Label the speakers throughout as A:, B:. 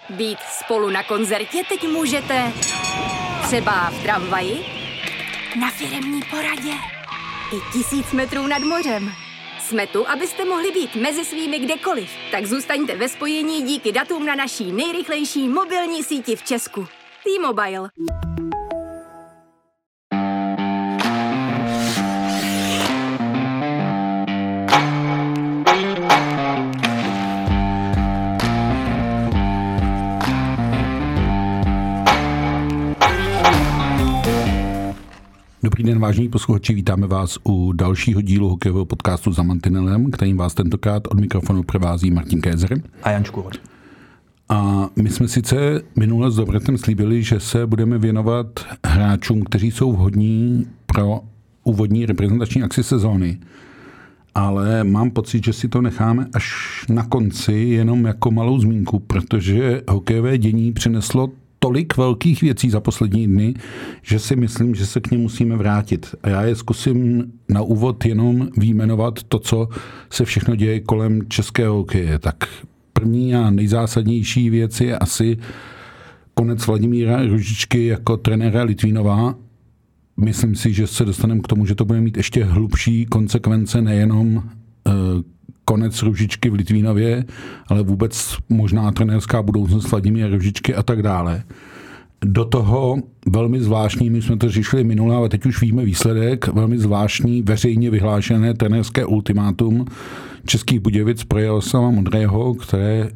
A: Být spolu na koncertě teď můžete třeba v tramvaji, na firemní poradě i 1000 metrů nad mořem. Jsme tu, abyste mohli být mezi svými kdekoliv. Tak zůstaňte ve spojení díky datům na naší nejrychlejší mobilní síti v Česku. T-Mobile.
B: Dobrý den, vážení posluchači, vítáme vás u dalšího dílu hokejového podcastu Za mantinelem, kterým vás tentokrát od mikrofonu provází Martin Kézer
C: a Jan Škůr.
B: A my jsme sice minule s Dobretem slíbili, že se budeme věnovat hráčům, kteří jsou vhodní pro úvodní reprezentační akci sezóny, ale mám pocit, že si to necháme až na konci, jenom jako malou zmínku, protože hokejové dění přineslo tolik velkých věcí za poslední dny, že si myslím, že se k nim musíme vrátit. A já je zkusím na úvod jenom vyjmenovat to, co se všechno děje kolem českého hokeje. Tak první a nejzásadnější věc je asi konec Vladimíra Růžičky jako trenéra Litvínova. Myslím si, že se dostaneme k tomu, že to bude mít ještě hlubší konsekvence, nejenom konec Růžičky v Litvínově, ale vůbec možná trenérská budoucnost Vladimíra Růžičky a tak dále. Do toho velmi zvláštní, my jsme to řešili minule, ale teď už víme výsledek, velmi zvláštní veřejně vyhlášené trenérské ultimátum Českých Budějovic pro Jaroslava Modrého, které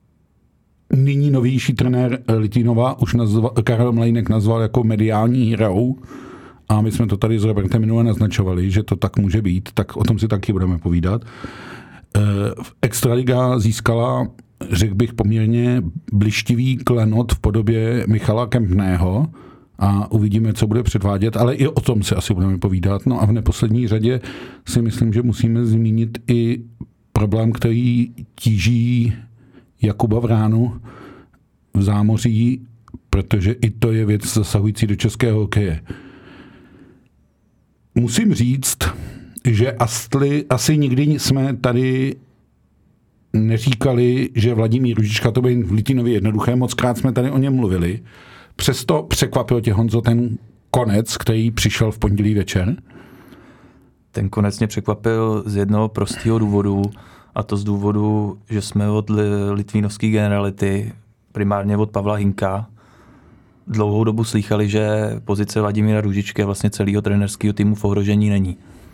B: nyní novější trenér Litvínova už Karel Mlejnek nazval jako mediální hero. A my jsme to tady s Robertem minule naznačovali, že to tak může být, tak o tom si taky budeme povídat. Extraliga získala, řekl bych, poměrně blištivý klenot v podobě Michala Kempného a uvidíme, co bude předvádět, ale i o tom si asi budeme povídat. No a v neposlední řadě si myslím, že musíme zmínit i problém, který tíží Jakuba Vránu v zámoří, protože i to je věc zasahující do českého hokeje. Musím říct, že asi nikdy jsme tady neříkali, že Vladimír Růžička to bude v Litvínově jednoduché, mockrát jsme tady o něm mluvili. Přesto překvapil tě, Honzo, ten konec, který přišel v pondělí večer?
C: Ten konec mě překvapil z jednoho prostého důvodu, a to z důvodu, že jsme od litvínovské generality, primárně od Pavla Hynka, dlouhou dobu slýchali, že pozice Vladimíra Růžičky vlastně celého trenerského týmu v ohrožení není.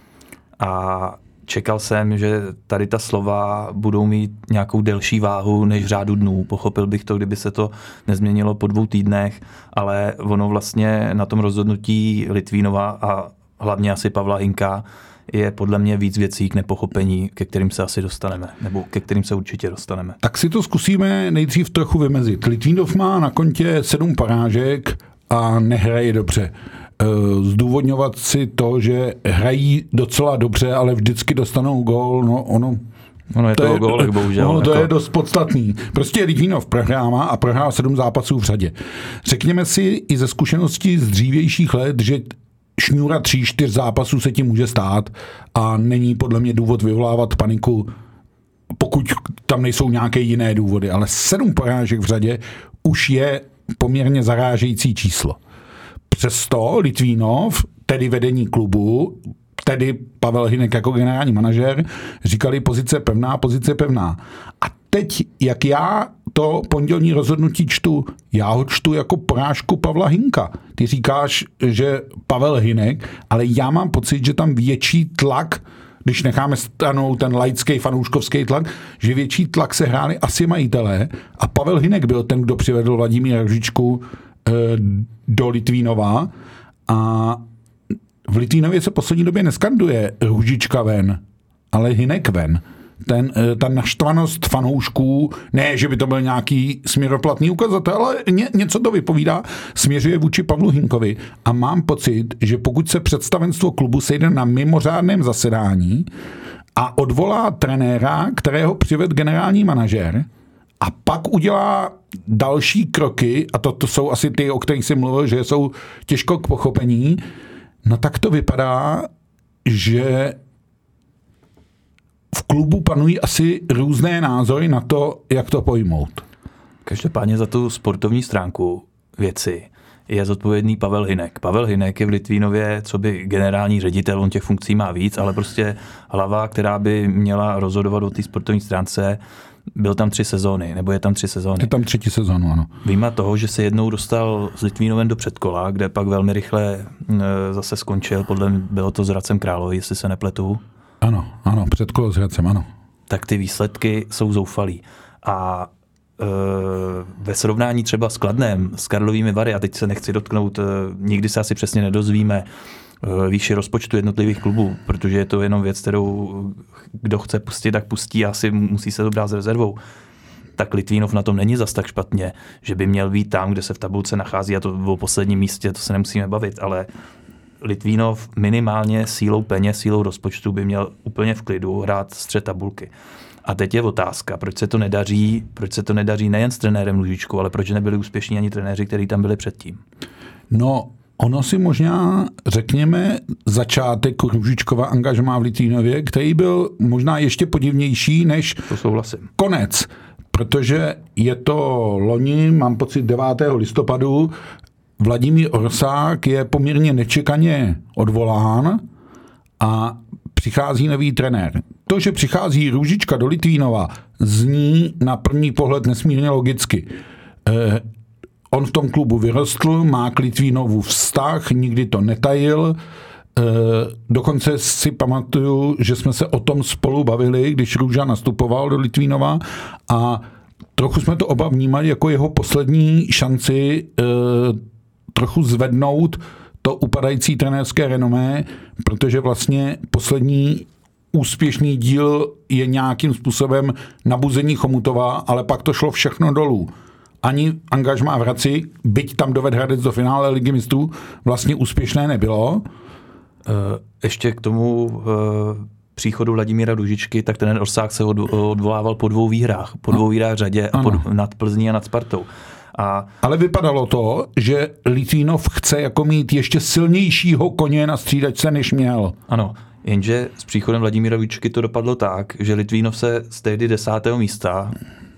C: A čekal jsem, že tady ta slova budou mít nějakou delší váhu než v řádu dnů. Pochopil bych to, kdyby se to nezměnilo po 2 týdnech, ale ono vlastně na tom rozhodnutí Litvínova a hlavně asi Pavla Hynka je podle mě víc věcí k nepochopení, ke kterým se asi dostaneme, nebo ke kterým se určitě dostaneme.
B: Tak si to zkusíme nejdřív trochu vymezit. Litvínov má na kontě 7 porážek a nehraje dobře. Zdůvodňovat si to, že hrají docela dobře, ale vždycky dostanou gól, no ono
C: je to o gólech, bohužel.
B: No, to je dost podstatný. Prostě Litvínov prohrává a prohrál 7 zápasů v řadě. Řekněme si i ze zkušeností z dřívějších let, že šňůra 3-4 zápasů se tím může stát a není podle mě důvod vyvolávat paniku, pokud tam nejsou nějaké jiné důvody. Ale 7 porážek v řadě už je poměrně zarážející číslo. Přesto Litvínov, tedy vedení klubu, tedy Pavel Hynek jako generální manažer, říkali pozice pevná. A teď, jak já to pondělní rozhodnutí čtu, já ho čtu jako porážku Pavla Hynka. Ty říkáš, že Pavel Hynek, ale já mám pocit, že tam větší tlak, když necháme stranou ten laický fanouškovský tlak, že větší tlak se hráli asi majitelé a Pavel Hynek byl ten, kdo přivedl Vladimíra Růžičku do Litvínova a v Litvínově se poslední době neskanduje Růžička ven, ale Hynek ven. Ta naštvanost fanoušků, ne, že by to byl nějaký směroplatný ukazatel, ale něco to vypovídá, směřuje vůči Pavlu Hynkovi a mám pocit, že pokud se představenstvo klubu sejde na mimořádném zasedání a odvolá trenéra, kterého přived generální manažer, a pak udělá další kroky, a to jsou asi ty, o kterých jsem mluvil, že jsou těžko k pochopení, no tak to vypadá, že v klubu panují asi různé názory na to, jak to pojmout.
C: Každopádně za tu sportovní stránku věci je zodpovědný Pavel Hynek. Pavel Hynek je v Litvínově, co by generální ředitel, on těch funkcí má víc, ale prostě hlava, která by měla rozhodovat o té sportovní stránce, byl tam 3 sezóny, nebo je tam 3 sezóny.
B: Je tam 3. sezónu, ano.
C: Vyjma toho, že se jednou dostal s Litvínovem do předkola, kde pak velmi rychle zase skončil, bylo to s Hradcem Králové, jestli se nepletu.
B: Ano, předkolo s Hradcem, ano.
C: Tak ty výsledky jsou zoufalý. A ve srovnání třeba s Kladnem, s Karlovými Vary, a teď se nechci dotknout, nikdy se asi přesně nedozvíme výši rozpočtu jednotlivých klubů, protože je to jenom věc, kterou kdo chce pustit, tak pustí a asi musí se to brát s rezervou. Tak Litvínov na tom není zas tak špatně, že by měl být tam, kde se v tabulce nachází, a to v posledním místě, to se nemusíme bavit, ale Litvínov minimálně sílou peněz, sílou rozpočtu by měl úplně v klidu hrát střed tabulky. A teď je otázka, proč se to nedaří nejen s trenérem Růžičkou, ale proč nebyli úspěšní ani trenéři, kteří tam byli předtím?
B: No, ono si možná řekněme začátek Růžičkova angažmá v Litvínově, který byl možná ještě podivnější než
C: to souhlasím.
B: Konec. Protože je to loni, mám pocit 9. listopadu, Vladimír Orsák je poměrně nečekaně odvolán a přichází nový trenér. To, že přichází Růžička do Litvínova, zní na první pohled nesmírně logicky. On v tom klubu vyrostl, má k Litvínovu vztah, nikdy to netajil. Dokonce si pamatuju, že jsme se o tom spolu bavili, když Růža nastupoval do Litvínova a trochu jsme to oba vnímali jako jeho poslední šanci trochu zvednout to upadající trenérské renomé, protože vlastně poslední úspěšný díl je nějakým způsobem nabuzení Chomutova, ale pak to šlo všechno dolů. Ani angažmá v Hradci, byť tam doved Hradec do finále Ligy mistrů, vlastně úspěšné nebylo.
C: Ještě k tomu příchodu Vladimíra Růžičky, tak ten Orsák se odvolával po 2 výhrách. Po 2 výhrách řadě a nad Plzní a nad Spartou.
B: Ale vypadalo to, že Litvínov chce jako mít ještě silnějšího koně na střídačce, než měl.
C: Ano, jenže s příchodem Vladimíra Růžičky to dopadlo tak, že Litvínov se z tehdy 10. místa,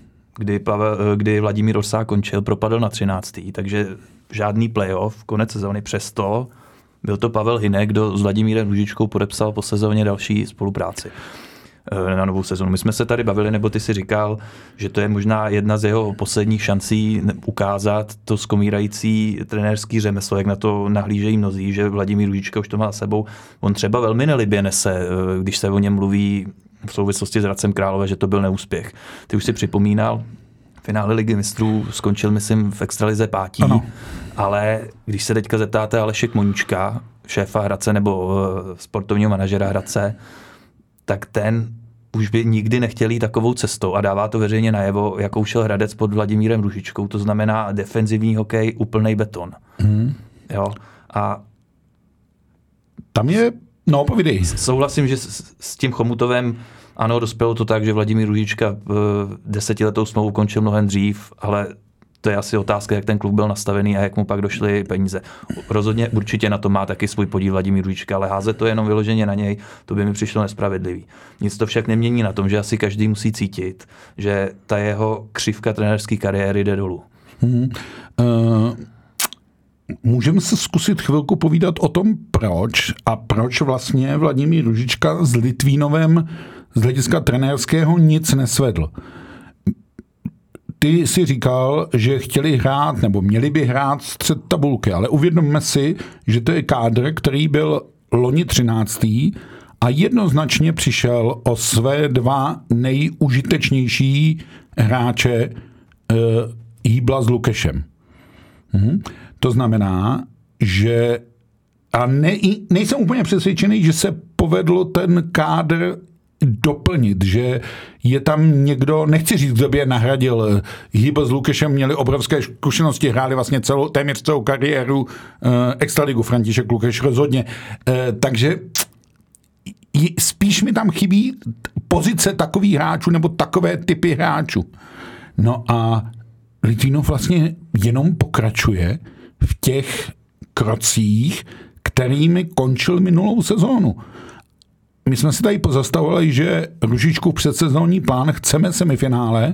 C: kdy Vladimír Orsák končil, propadl na 13. Takže žádný playoff, konec sezóny, přesto byl to Pavel Hynek, kdo s Vladimírem Růžičkou podepsal po sezóně další spolupráci na novou sezonu. My jsme se tady bavili, nebo ty si říkal, že to je možná jedna z jeho posledních šancí ukázat to skomírající trenérský řemeslo, jak na to nahlížejí mnozí, že Vladimír Růžička už to má za sebou. On třeba velmi nelibě nese, když se o něm mluví v souvislosti s Hradcem Králové, že to byl neúspěch. Ty už si připomínal, finále Ligy mistrů skončil, myslím, v extralize 5. Ano. Ale když se teďka zeptáte Aleše Kmoníčka, šéfa Hradce nebo sportovního manažera Hradce, tak ten už by nikdy nechtěl jít takovou cestou a dává to veřejně najevo, jakou šel Hradec pod Vladimírem Růžičkou, to znamená defenzivní hokej, úplnej beton. Jo? A
B: tam je, no povídej.
C: Souhlasím, že s tím Chomutovem, ano, dospělo to tak, že Vladimír Růžička 10letou smlouvu končil mnohem dřív, ale to je asi otázka, jak ten klub byl nastavený a jak mu pak došly peníze. Rozhodně určitě na to má taky svůj podíl Vladimír Růžička, ale házet to jenom vyloženě na něj, to by mi přišlo nespravedlivý. Nic to však nemění na tom, že asi každý musí cítit, že ta jeho křivka trenérské kariéry jde dolů.
B: Můžeme se zkusit chvilku povídat o tom, proč vlastně Vladimír Růžička s Litvínovem z hlediska trenérského nic nesvedl. Ty si říkal, že chtěli hrát, nebo měli by hrát střed tabulky, ale uvědomme si, že to je kádr, který byl loni 13. a jednoznačně přišel o své 2 nejužitečnější hráče Hýbla s Lukešem. To znamená, že a nejsem úplně přesvědčený, že se povedlo ten kádr doplnit, že je tam někdo, nechci říct, kdo by je nahradil. Hýbl s Lukešem měli obrovské zkušenosti, hráli vlastně téměř celou kariéru extraligu, František Lukeš rozhodně. Takže spíš mi tam chybí pozice takových hráčů nebo takové typy hráčů. No a Litvínov vlastně jenom pokračuje v těch krocích, kterými končil minulou sezónu. My jsme si tady pozastavovali, že Růžičkův předsezónní plán chceme semifinále,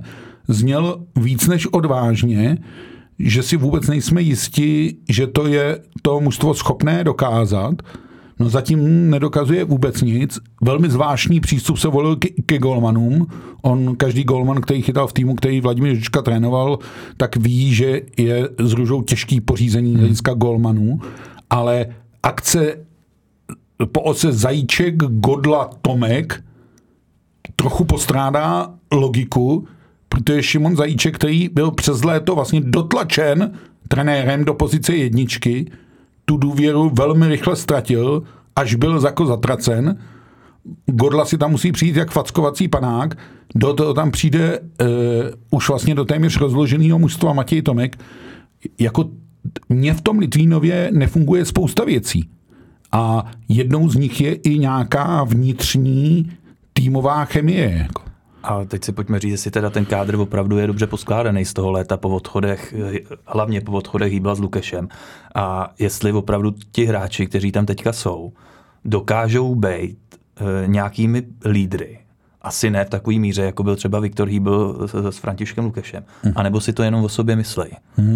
B: zněl víc než odvážně, že si vůbec nejsme jisti, že to je to mužstvo schopné dokázat. No zatím nedokazuje vůbec nic. Velmi zvláštní přístup se volil ke golmanům. Každý golman, který chytal v týmu, který Vladimír Růžička trénoval, tak ví, že je s Růžou těžký pořízení hlediska golmanů, ale akce po ose Zajíček, Godla, Tomek trochu postrádá logiku, protože Šimon Zajíček, který byl přes léto vlastně dotlačen trenérem do pozice jedničky, tu důvěru velmi rychle ztratil, až byl jako zatracen. Godla si tam musí přijít jak fackovací panák, do toho tam přijde už vlastně do téměř rozloženého mužstva Matěj Tomek. Jako mně v tom Litvínově nefunguje spousta věcí. A jednou z nich je i nějaká vnitřní týmová chemie. Jako.
C: A teď si pojďme říct, jestli teda ten kádr opravdu je dobře poskládaný z toho léta po odchodech, hlavně po odchodech Hýbla s Lukešem. A jestli opravdu ti hráči, kteří tam teďka jsou, dokážou být nějakými lídry. Asi ne v takové míře, jako byl třeba Viktor Hýbl s Františkem Lukešem. A nebo si to jenom o sobě myslej.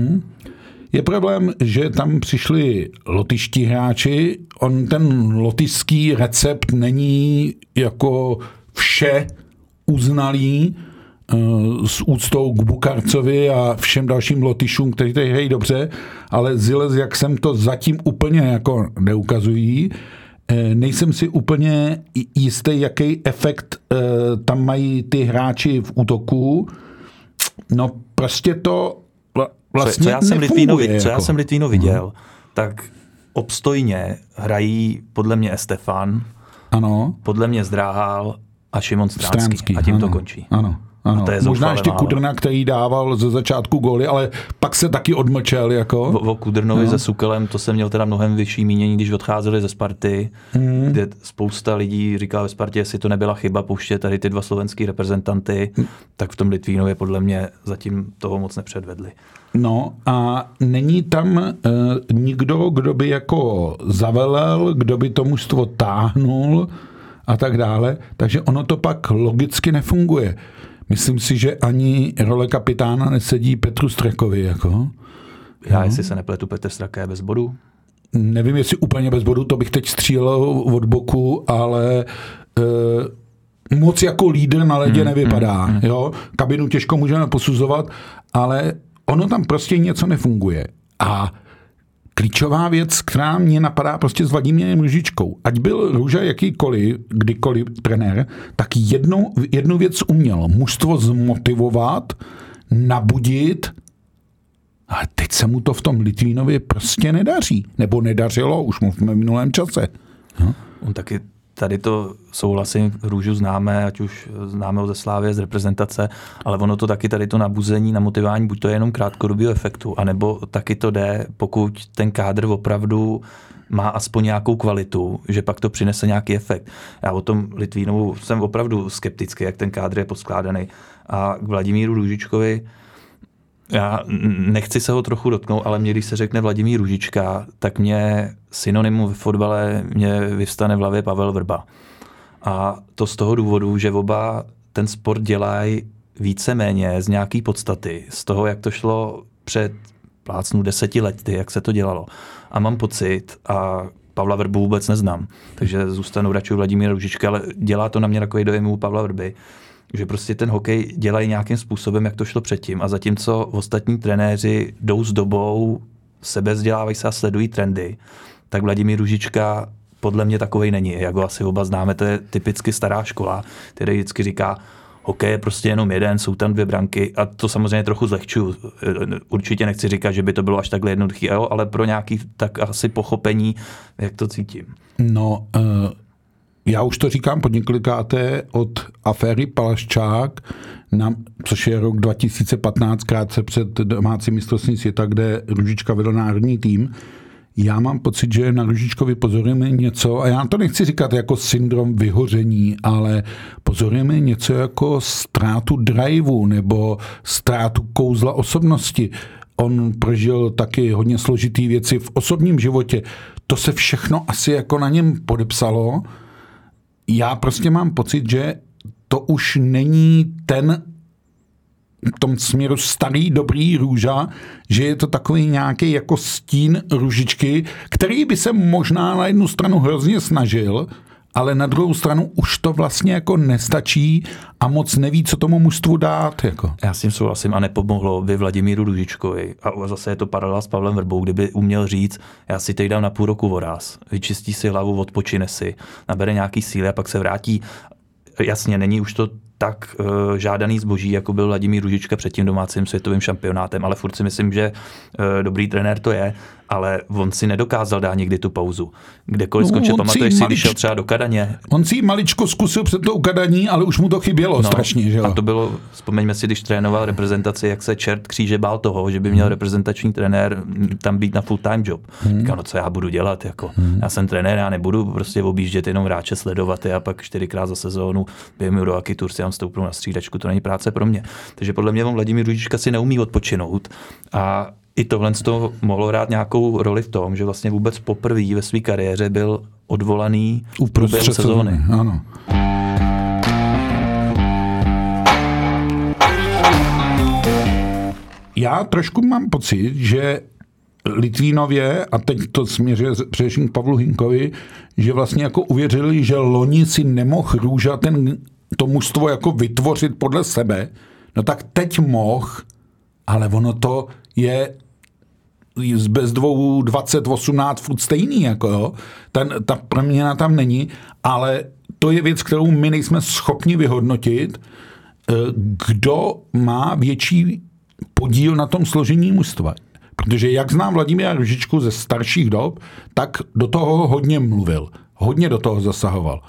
B: Je problém, že tam přišli lotyští hráči. Ten lotyšský recept není jako vše uznalý s úctou k Bukarcovi a všem dalším Lotyšům, kteří tady hrají dobře, ale Zilez, jak jsem to zatím úplně jako neukazují, nejsem si úplně jistý, jaký efekt tam mají ty hráči v útoku. No prostě to vlastně
C: co já jsem Litvínu viděl, tak obstojně hrají podle mě Estefan,
B: ano.
C: Podle mě Zdráhal a Šimon Stránský. A tím
B: ano,
C: to končí.
B: Ano. Ano. Možná ještě Kudrna, který dával ze začátku góly, ale pak se taky odmlčel. Jako.
C: O Kudrnovi se Sukelem, to jsem měl teda mnohem vyšší mínění, když odcházeli ze Sparty, kde spousta lidí říká ve Spartě, jestli to nebyla chyba pouštět tady ty dva slovenský reprezentanty, tak v tom Litvínově podle mě zatím toho moc nepředvedli.
B: No a není tam nikdo, kdo by jako zavelel, kdo by to mužstvo táhnul a tak dále, takže ono to pak logicky nefunguje. Myslím si, že ani role kapitána nesedí Petru Strakovi. Jako.
C: Jestli se nepletu, Petr Straka je bez bodu?
B: Nevím, jestli úplně bez bodu, to bych teď střílel od boku, ale moc jako lídr na ledě nevypadá. Jo? Kabinu těžko můžeme posuzovat, ale ono tam prostě něco nefunguje. A klíčová věc, která mě napadá prostě s Vladimírem Růžičkou. Ať byl Růža kdykoliv trenér, tak jednu věc uměl. Mužstvo zmotivovat, nabudit, ale teď se mu to v tom Litvínově prostě nedaří. Nebo nedařilo, už mluvíme v minulém čase. No.
C: On taky tady to souhlasím, Růžu známe, ať už známe ho ze Slávie, z reprezentace, ale ono to taky tady to nabuzení, namotivování, buď to je jenom krátkodobého efektu, anebo taky to jde, pokud ten kádr opravdu má aspoň nějakou kvalitu, že pak to přinese nějaký efekt. Já o tom Litvínovu jsem opravdu skeptický, jak ten kádr je poskládaný. A k Vladimíru Růžičkovi, já nechci se ho trochu dotknout, ale mě, když se řekne Vladimír Růžička, tak mě synonymum ve fotbale mě vyvstane v hlavě Pavel Vrba. A to z toho důvodu, že oba ten sport dělají víceméně z nějaký podstaty, z toho, jak to šlo před 10 lety, jak se to dělalo. A mám pocit, a Pavla Vrbu vůbec neznám, takže zůstanu radši u Vladimíra Růžička, ale dělá to na mě takový dojem u Pavla Vrby, že prostě ten hokej dělají nějakým způsobem, jak to šlo předtím. A zatímco ostatní trenéři jdou s dobou, sebevzdělávají se a sledují trendy, tak Vladimír Růžička podle mě takovej není. Jak ho asi oba známe, to je typicky stará škola, který vždycky říká, hokej je prostě jenom jeden, jsou tam 2 branky a to samozřejmě trochu zlehčuju. Určitě nechci říkat, že by to bylo až takhle jednoduché, ale pro nějaký tak asi pochopení, jak to cítím.
B: No, já už to říkám po několikáté od aféry Palaščák, což je rok 2015, krátce před domácím mistrovstvím světa, kde Růžička vedl národní tým. Já mám pocit, že na Růžičkovi pozorujeme něco, a já to nechci říkat jako syndrom vyhoření, ale pozorujeme něco jako ztrátu driveu nebo ztrátu kouzla osobnosti. On prožil taky hodně složitý věci v osobním životě. To se všechno asi jako na něm podepsalo. Já prostě mám pocit, že to už není ten v tom směru starý, dobrý Růža, že je to takový nějaký jako stín Růžičky, který by se možná na jednu stranu hrozně snažil, ale na druhou stranu už to vlastně jako nestačí a moc neví, co tomu mužstvu dát. Jako.
C: Já s tím souhlasím a nepomohlo by Vladimíru Růžičkovi. A zase je to paralela s Pavlem Vrbou, kdyby uměl říct, já si teď dám na půl roku voraz, vyčistí si hlavu, odpočine si, nabere nějaký síly a pak se vrátí. Jasně, není už to tak žádaný zboží, jako byl Vladimír Růžička před tím domácím světovým šampionátem, ale furt si myslím, že dobrý trenér to je, ale on si nedokázal dát někdy tu pauzu. Kdekoliv skončil, pamatuješ si, když šel třeba do Kadaně.
B: On si maličko zkusil před tou Kadaní, ale už mu to chybělo strašně. Že jo?
C: A to bylo, vzpomeňme si, když trénoval reprezentaci, jak se čert kříže bál toho, že by měl reprezentační trenér tam být na full time job. Říkal, no co já budu dělat, jako já jsem trenér, já nebudu prostě objíždět jenom hráče, sledovat a pak 4krát za sezónu během do Akitur si tam stoupnu na střídačku, to není práce pro mě. Takže podle mě Vladimír Růžička si neumí odpočinout a i tohle z toho mohlo hrát nějakou roli v tom, že vlastně vůbec poprvé ve své kariéře byl odvolaný v průběhu sezóny.
B: Ano. Já trošku mám pocit, že Litvínově, a teď to směřuje především k Pavlu Hinkovi, že vlastně jako uvěřili, že loni si nemohl Růža to mužstvo jako vytvořit podle sebe, no tak teď mohl, ale ono to je bez 2018 furt stejný, jako jo. Ta proměna tam není, ale to je věc, kterou my nejsme schopni vyhodnotit, kdo má větší podíl na tom složení mužstva. Protože jak znám Vladimíra Růžičku ze starších dob, tak do toho hodně mluvil. Hodně do toho zasahoval.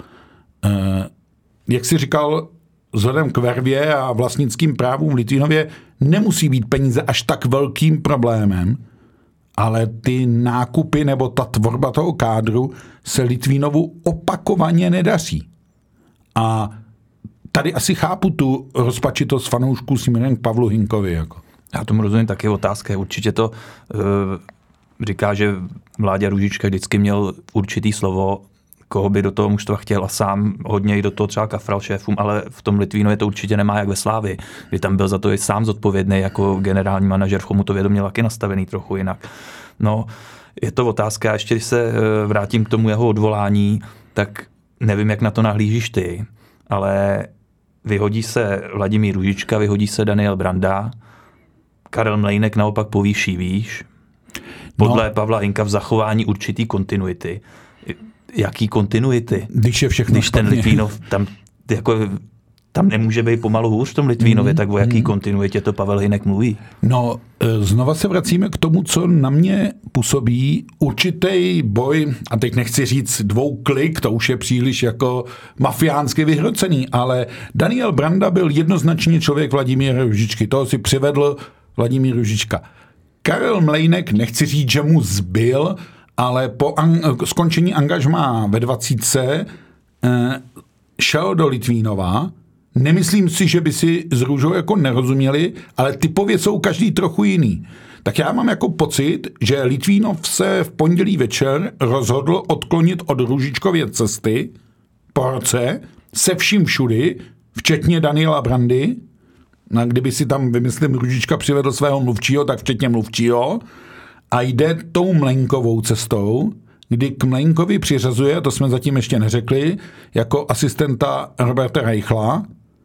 B: Jak jsi říkal, vzhledem k vervě a vlastnickým právům v Litvínově nemusí být peníze až tak velkým problémem, ale ty nákupy nebo ta tvorba toho kádru se Litvínovu opakovaně nedaří. A tady asi chápu tu rozpačitost fanoušků směrem k Pavlu Hinkovi. Jako.
C: Já tomu rozumím, taky otázka. Určitě to říká, že Vláďa Růžička vždycky měl určitý slovo, koho by do toho mužstva chtěl a sám hodně i do toho třeba kafral šéfům, ale v tom Litvínově to určitě nemá jak ve Slávii, kdy tam byl za to i sám zodpovědný jako generální manažer, v Chomutově to měl taky nastavený trochu jinak. No, je to otázka, ještě když se vrátím k tomu jeho odvolání, tak nevím, jak na to nahlížíš ty, ale vyhodí se Vladimír Růžička, vyhodí se Daniel Branda, Karel Mlejnek naopak povýší výš, podle Pavla Hinka v zachování určitý kontinuity. Jaký kontinuity?
B: Když je všechno
C: Když
B: špatně.
C: Ten Litvínov tam nemůže být pomalu hůř v tom Litvínově, tak o jaký kontinuitě to Pavel Hinek mluví?
B: No, znova se vracíme k tomu, co na mě působí určitý boj, a teď nechci říct dvouklik, to už je příliš jako mafiánsky vyhrocený, ale Daniel Branda byl jednoznačně člověk Vladimíra Růžičky, toho si přivedl Vladimír Růžička. Karel Mlejnek, nechci říct, že mu zbyl, ale po skončení angažmá ve 20 šel do Litvínova. Nemyslím si, že by si s Růžou jako nerozuměli, ale typově jsou každý trochu jiný. Tak já mám jako pocit, že Litvínov se v pondělí večer rozhodl odklonit od Růžičkově cesty po roce se vším všudy, včetně Daniela Brandy. A kdyby si tam, vymyslím, Růžička přivedl svého mluvčího, tak včetně mluvčího. A jde tou Mlejnkovou cestou, kdy k Mlejnkovi přiřazuje, to jsme zatím ještě neřekli, jako asistenta Roberta Reichla.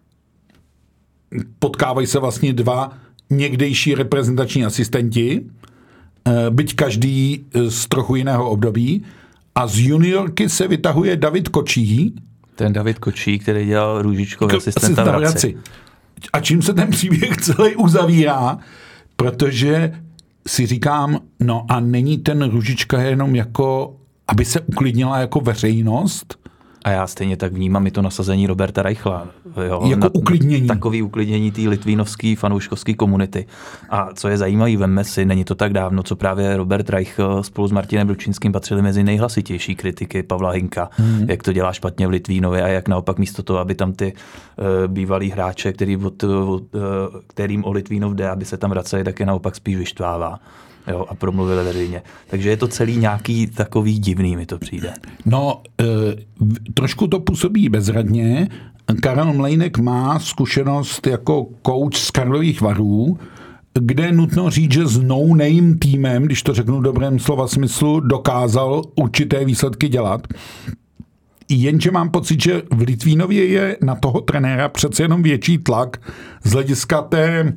B: Potkávají se vlastně dva někdejší reprezentační asistenti, byť každý z trochu jiného období. A z juniorky se vytahuje David Kočí.
C: Ten David Kočí, který dělal Růžičkový asistenta v Hradci.
B: A čím se ten příběh celý uzavírá, protože si říkám, no a není ten Růžička jenom jako, aby se uklidnila jako veřejnost?
C: A já stejně tak vnímám i to nasazení Roberta Reichla. Jo,
B: jako uklidnění.
C: Takový uklidnění té litvínovské fanouškovské komunity. A co je zajímavý, vemme si, není to tak dávno, co právě Robert Reichl spolu s Martinem Bručínským patřili mezi nejhlasitější kritiky Pavla Hinka, jak to dělá špatně v Litvínově a jak naopak místo toho, aby tam ty bývalí hráče, kterým o Litvínov jde, aby se tam vraceli, tak je naopak spíš vyštvává. jo, a promluvili veřejně. Takže je to celý nějaký takový divný, mi to přijde.
B: No, trošku to působí bezradně. Karel Mlejnek má zkušenost jako coach z Karlových Varů, kde je nutno říct, že s no-name týmem, když to řeknu v dobrém slova smyslu, dokázal určité výsledky dělat. Jenže mám pocit, že v Litvínově je na toho trenéra přece jenom větší tlak z hlediska té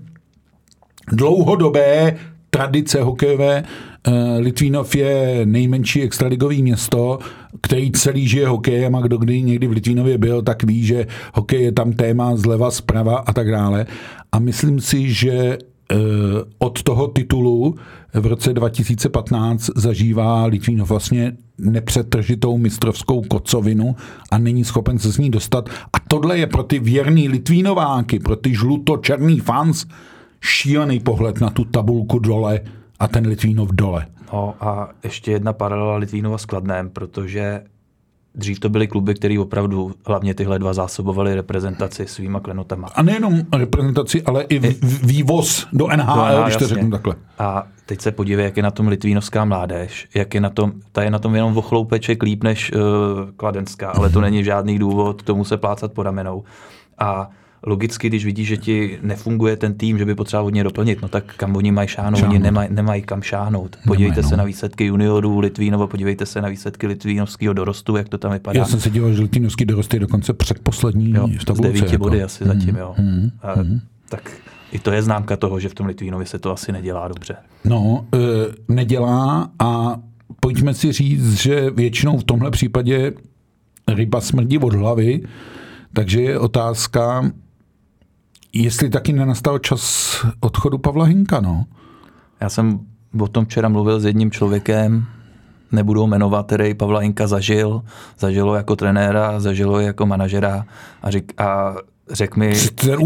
B: dlouhodobé tradice hokejové. Litvínov je nejmenší extraligový město, který celý žije hokejem a kdo kdy někdy v Litvínově byl, tak ví, že hokej je tam téma zleva, zprava a tak dále. A myslím si, že od toho titulu v roce 2015 zažívá Litvínov vlastně nepřetržitou mistrovskou kocovinu a není schopen se z ní dostat. A tohle je pro ty věrný Litvínováky, pro ty žluto-černý fans šílený pohled na tu tabulku dole a ten Litvínov dole.
C: No a ještě jedna paralela Litvínova s Kladnem, protože dřív to byly kluby, které opravdu hlavně tyhle dva zásobovali reprezentaci svýma klenotama. A
B: nejenom reprezentaci, ale i vývoz do NHL, když to řeknu takhle.
C: A teď se podívej, jak je na tom litvínovská mládež, jak je na tom, ta je na tom jenom o chloupeček líp než kladenská, ale to není žádný důvod tomu se plácat po ramenou. A logicky, když vidíš, že ti nefunguje ten tým, že by potřeboval hodně doplnit, no tak kam oni mají šáhnout? Oni nemají kam šáhnout. Podívejte se na výsledky juniorů Litvínova, podívejte se na výsledky litvínovského dorostu, jak to tam vypadá.
B: Já jsem se díval, že litvínovský dorost je dokonce předposlední v tabulce.
C: 9 body asi zatím, jo. Tak i to je známka toho, že v tom Litvínově se to asi nedělá dobře.
B: No, nedělá a pojďme si říct, že většinou v tomhle případě ryba smrdí od hlavy, takže je otázka, jestli taky nenastal čas odchodu Pavla Hynka, no. Já jsem
C: o tom včera mluvil s jedním člověkem, nebudu ho jmenovat, který Pavla Hynka zažil ho jako trenéra, zažil ho jako manažera a řekl mi...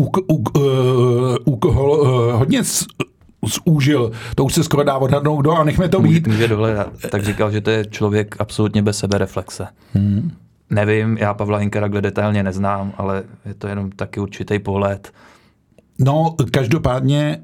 B: Hodně zúžil, to už se skoro dá odhadnout, a nechme to být.
C: Může dohledat. Tak říkal, že to je člověk absolutně bez sebereflexe. Nevím, já Pavla Hynka takhle detailně neznám, ale je to jenom taky určitý pohled.
B: No, každopádně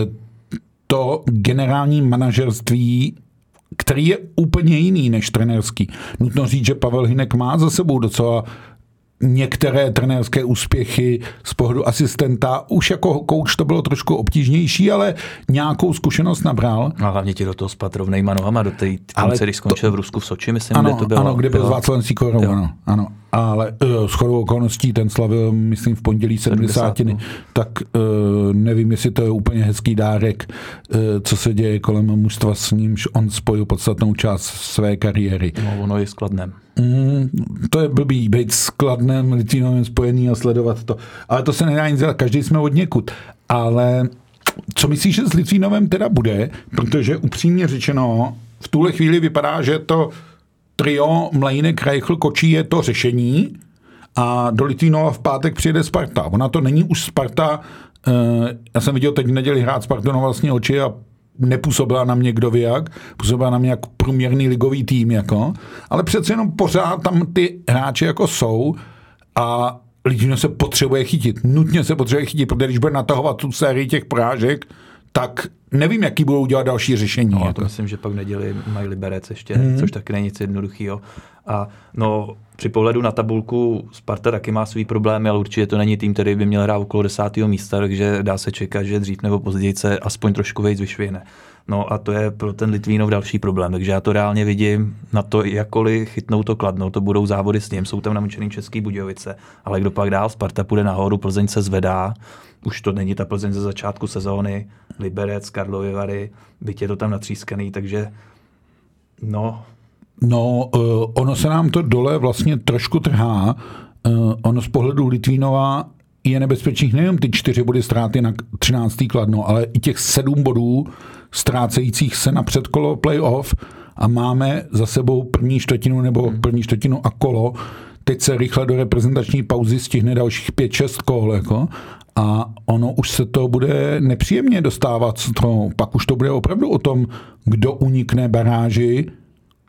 B: to generální manažerství, který je úplně jiný než trenérský. Nutno říct, že Pavel Hynek má za sebou docela některé trenérské úspěchy z pohledu asistenta. Už jako coach to bylo trošku obtížnější, ale nějakou zkušenost nabral.
C: A hlavně ti do toho spat rovnejma nohama do té konce, když skončil v Rusku v Soči, myslím, ano, kde to bylo.
B: Ano, kde byl s Václavem Sikorou, ano. Ale shodou okolností ten slavil, myslím, v pondělí 70. Tak nevím, jestli to je úplně hezký dárek, co se děje kolem mužstva, s nímž on spojil podstatnou část své kariéry.
C: No, ono je s Kladnem.
B: To je blbý, být s Kladnem, Litvínovem spojený a sledovat to. Ale to se nedá nic dělat, každý jsme od někud. Ale co myslíš, že s Litvínovem teda bude? Protože upřímně řečeno, v tuhle chvíli vypadá, že to trio Mlejnek, Reichl, Kočí je to řešení a do Litvínova v pátek přijede Sparta. Ona to není už Sparta, já jsem viděl teď v neděli hrát Spartu na vlastní oči a nepůsobila na mě kdo ví jak, působila na mě jako průměrný ligový tým, jako, ale přece jenom pořád tam ty hráči jako jsou a Litvínov se potřebuje chytit. Nutně se potřebuje chytit, protože když bude natahovat tu sérii těch porážek, tak nevím, jaký budou dělat další řešení.
C: No,
B: jako.
C: To myslím, že pak v neděli mají Liberec ještě, což taky není nic jednoduchýho. A no, při pohledu na tabulku Sparta taky má svý problémy, ale určitě to není tým, který by měl hrát okolo 10. místa, takže dá se čekat, že dřív nebo později se aspoň trošku víc vyšvihne. No a to je pro ten Litvínov další problém, takže já to reálně vidím na to, jakkoliv chytnou to Kladno, to budou závody s ním, jsou tam namočený Český Budějovice, ale kdo pak dál, Sparta půjde nahoru, Plzeň se zvedá, už to není ta Plzeň ze začátku sezóny, Liberec, Karlovy Vary, byť je to tam natřískaný, takže
B: ono se nám to dole vlastně trošku trhá. Ono z pohledu Litvínova je nebezpečných nejen ty 4 body ztráty na 13. Kladno, ale i těch 7 bodů ztrácejících se na předkolo playoff a máme za sebou první čtvrtinu a kolo. Teď se rychle do reprezentační pauzy stihne dalších 5-6 kol, jako. A ono už se to bude nepříjemně dostávat. Pak už to bude opravdu o tom, kdo unikne baráži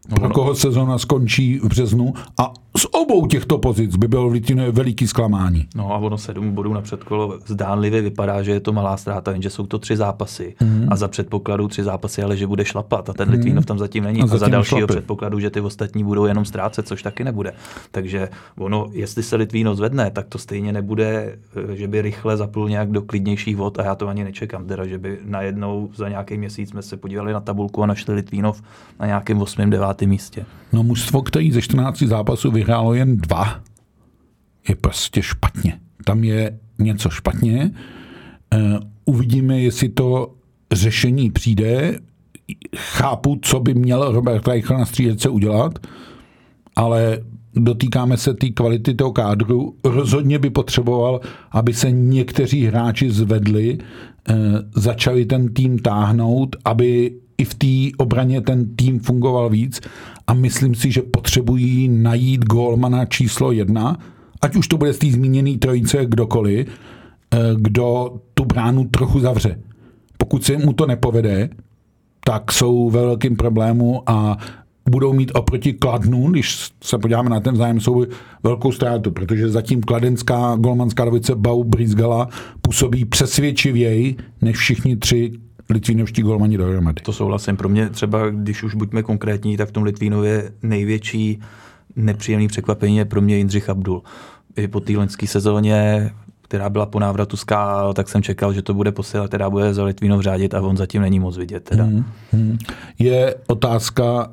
B: pro koho sezona skončí v březnu a z obou těchto pozic by bylo v Litvínově veliký zklamání.
C: No a ono 7 bodů na předkolo zdánlivě vypadá, že je to malá ztráta, jenže jsou to 3 zápasy a za předpokladu 3 zápasy, ale že bude šlapat a ten Litvínov tam zatím není a za dalšího předpokladu, že ty ostatní budou jenom ztrácet, což taky nebude. Takže ono, jestli se Litvínov zvedne, tak to stejně nebude, že by rychle zaplul nějak do klidnějších vod a já to ani nečekám, teda, že by najednou za nějaký měsíc jsme se podívali na tabulku a našli Litvínov na nějakém 8., 9. místě.
B: No mužstvo, který ze 14 zápasů vyhrálo jen 2, je prostě špatně. Tam je něco špatně. Uvidíme, jestli to řešení přijde. Chápu, co by měl Robert Reichel na střídačce udělat, ale dotýkáme se té kvality toho kádru. Rozhodně by potřeboval, aby se někteří hráči zvedli, začali ten tým táhnout, aby i v té obraně ten tým fungoval víc a myslím si, že potřebují najít gólmana číslo 1, ať už to bude z té zmíněné trojice kdokoliv, kdo tu bránu trochu zavře. Pokud se mu to nepovede, tak jsou ve velkém problému a budou mít oproti Kladnu, když se podíváme na ten vzájem souboj, velkou ztrátu, protože zatím kladenská golmanská dvojice Bau Brizgala působí přesvědčivěji než všichni 3 litvínovští golmani dohromady.
C: To souhlasím. Pro mě třeba, když už buďme konkrétní, tak v tom Litvínově největší nepříjemný překvapení je pro mě Jindřich Abdul. I po té loňské sezóně, která byla po návratu z KHL, tak jsem čekal, že to bude posila, která bude za Litvínov řádit a on zatím není moc vidět. Teda.
B: Je otázka,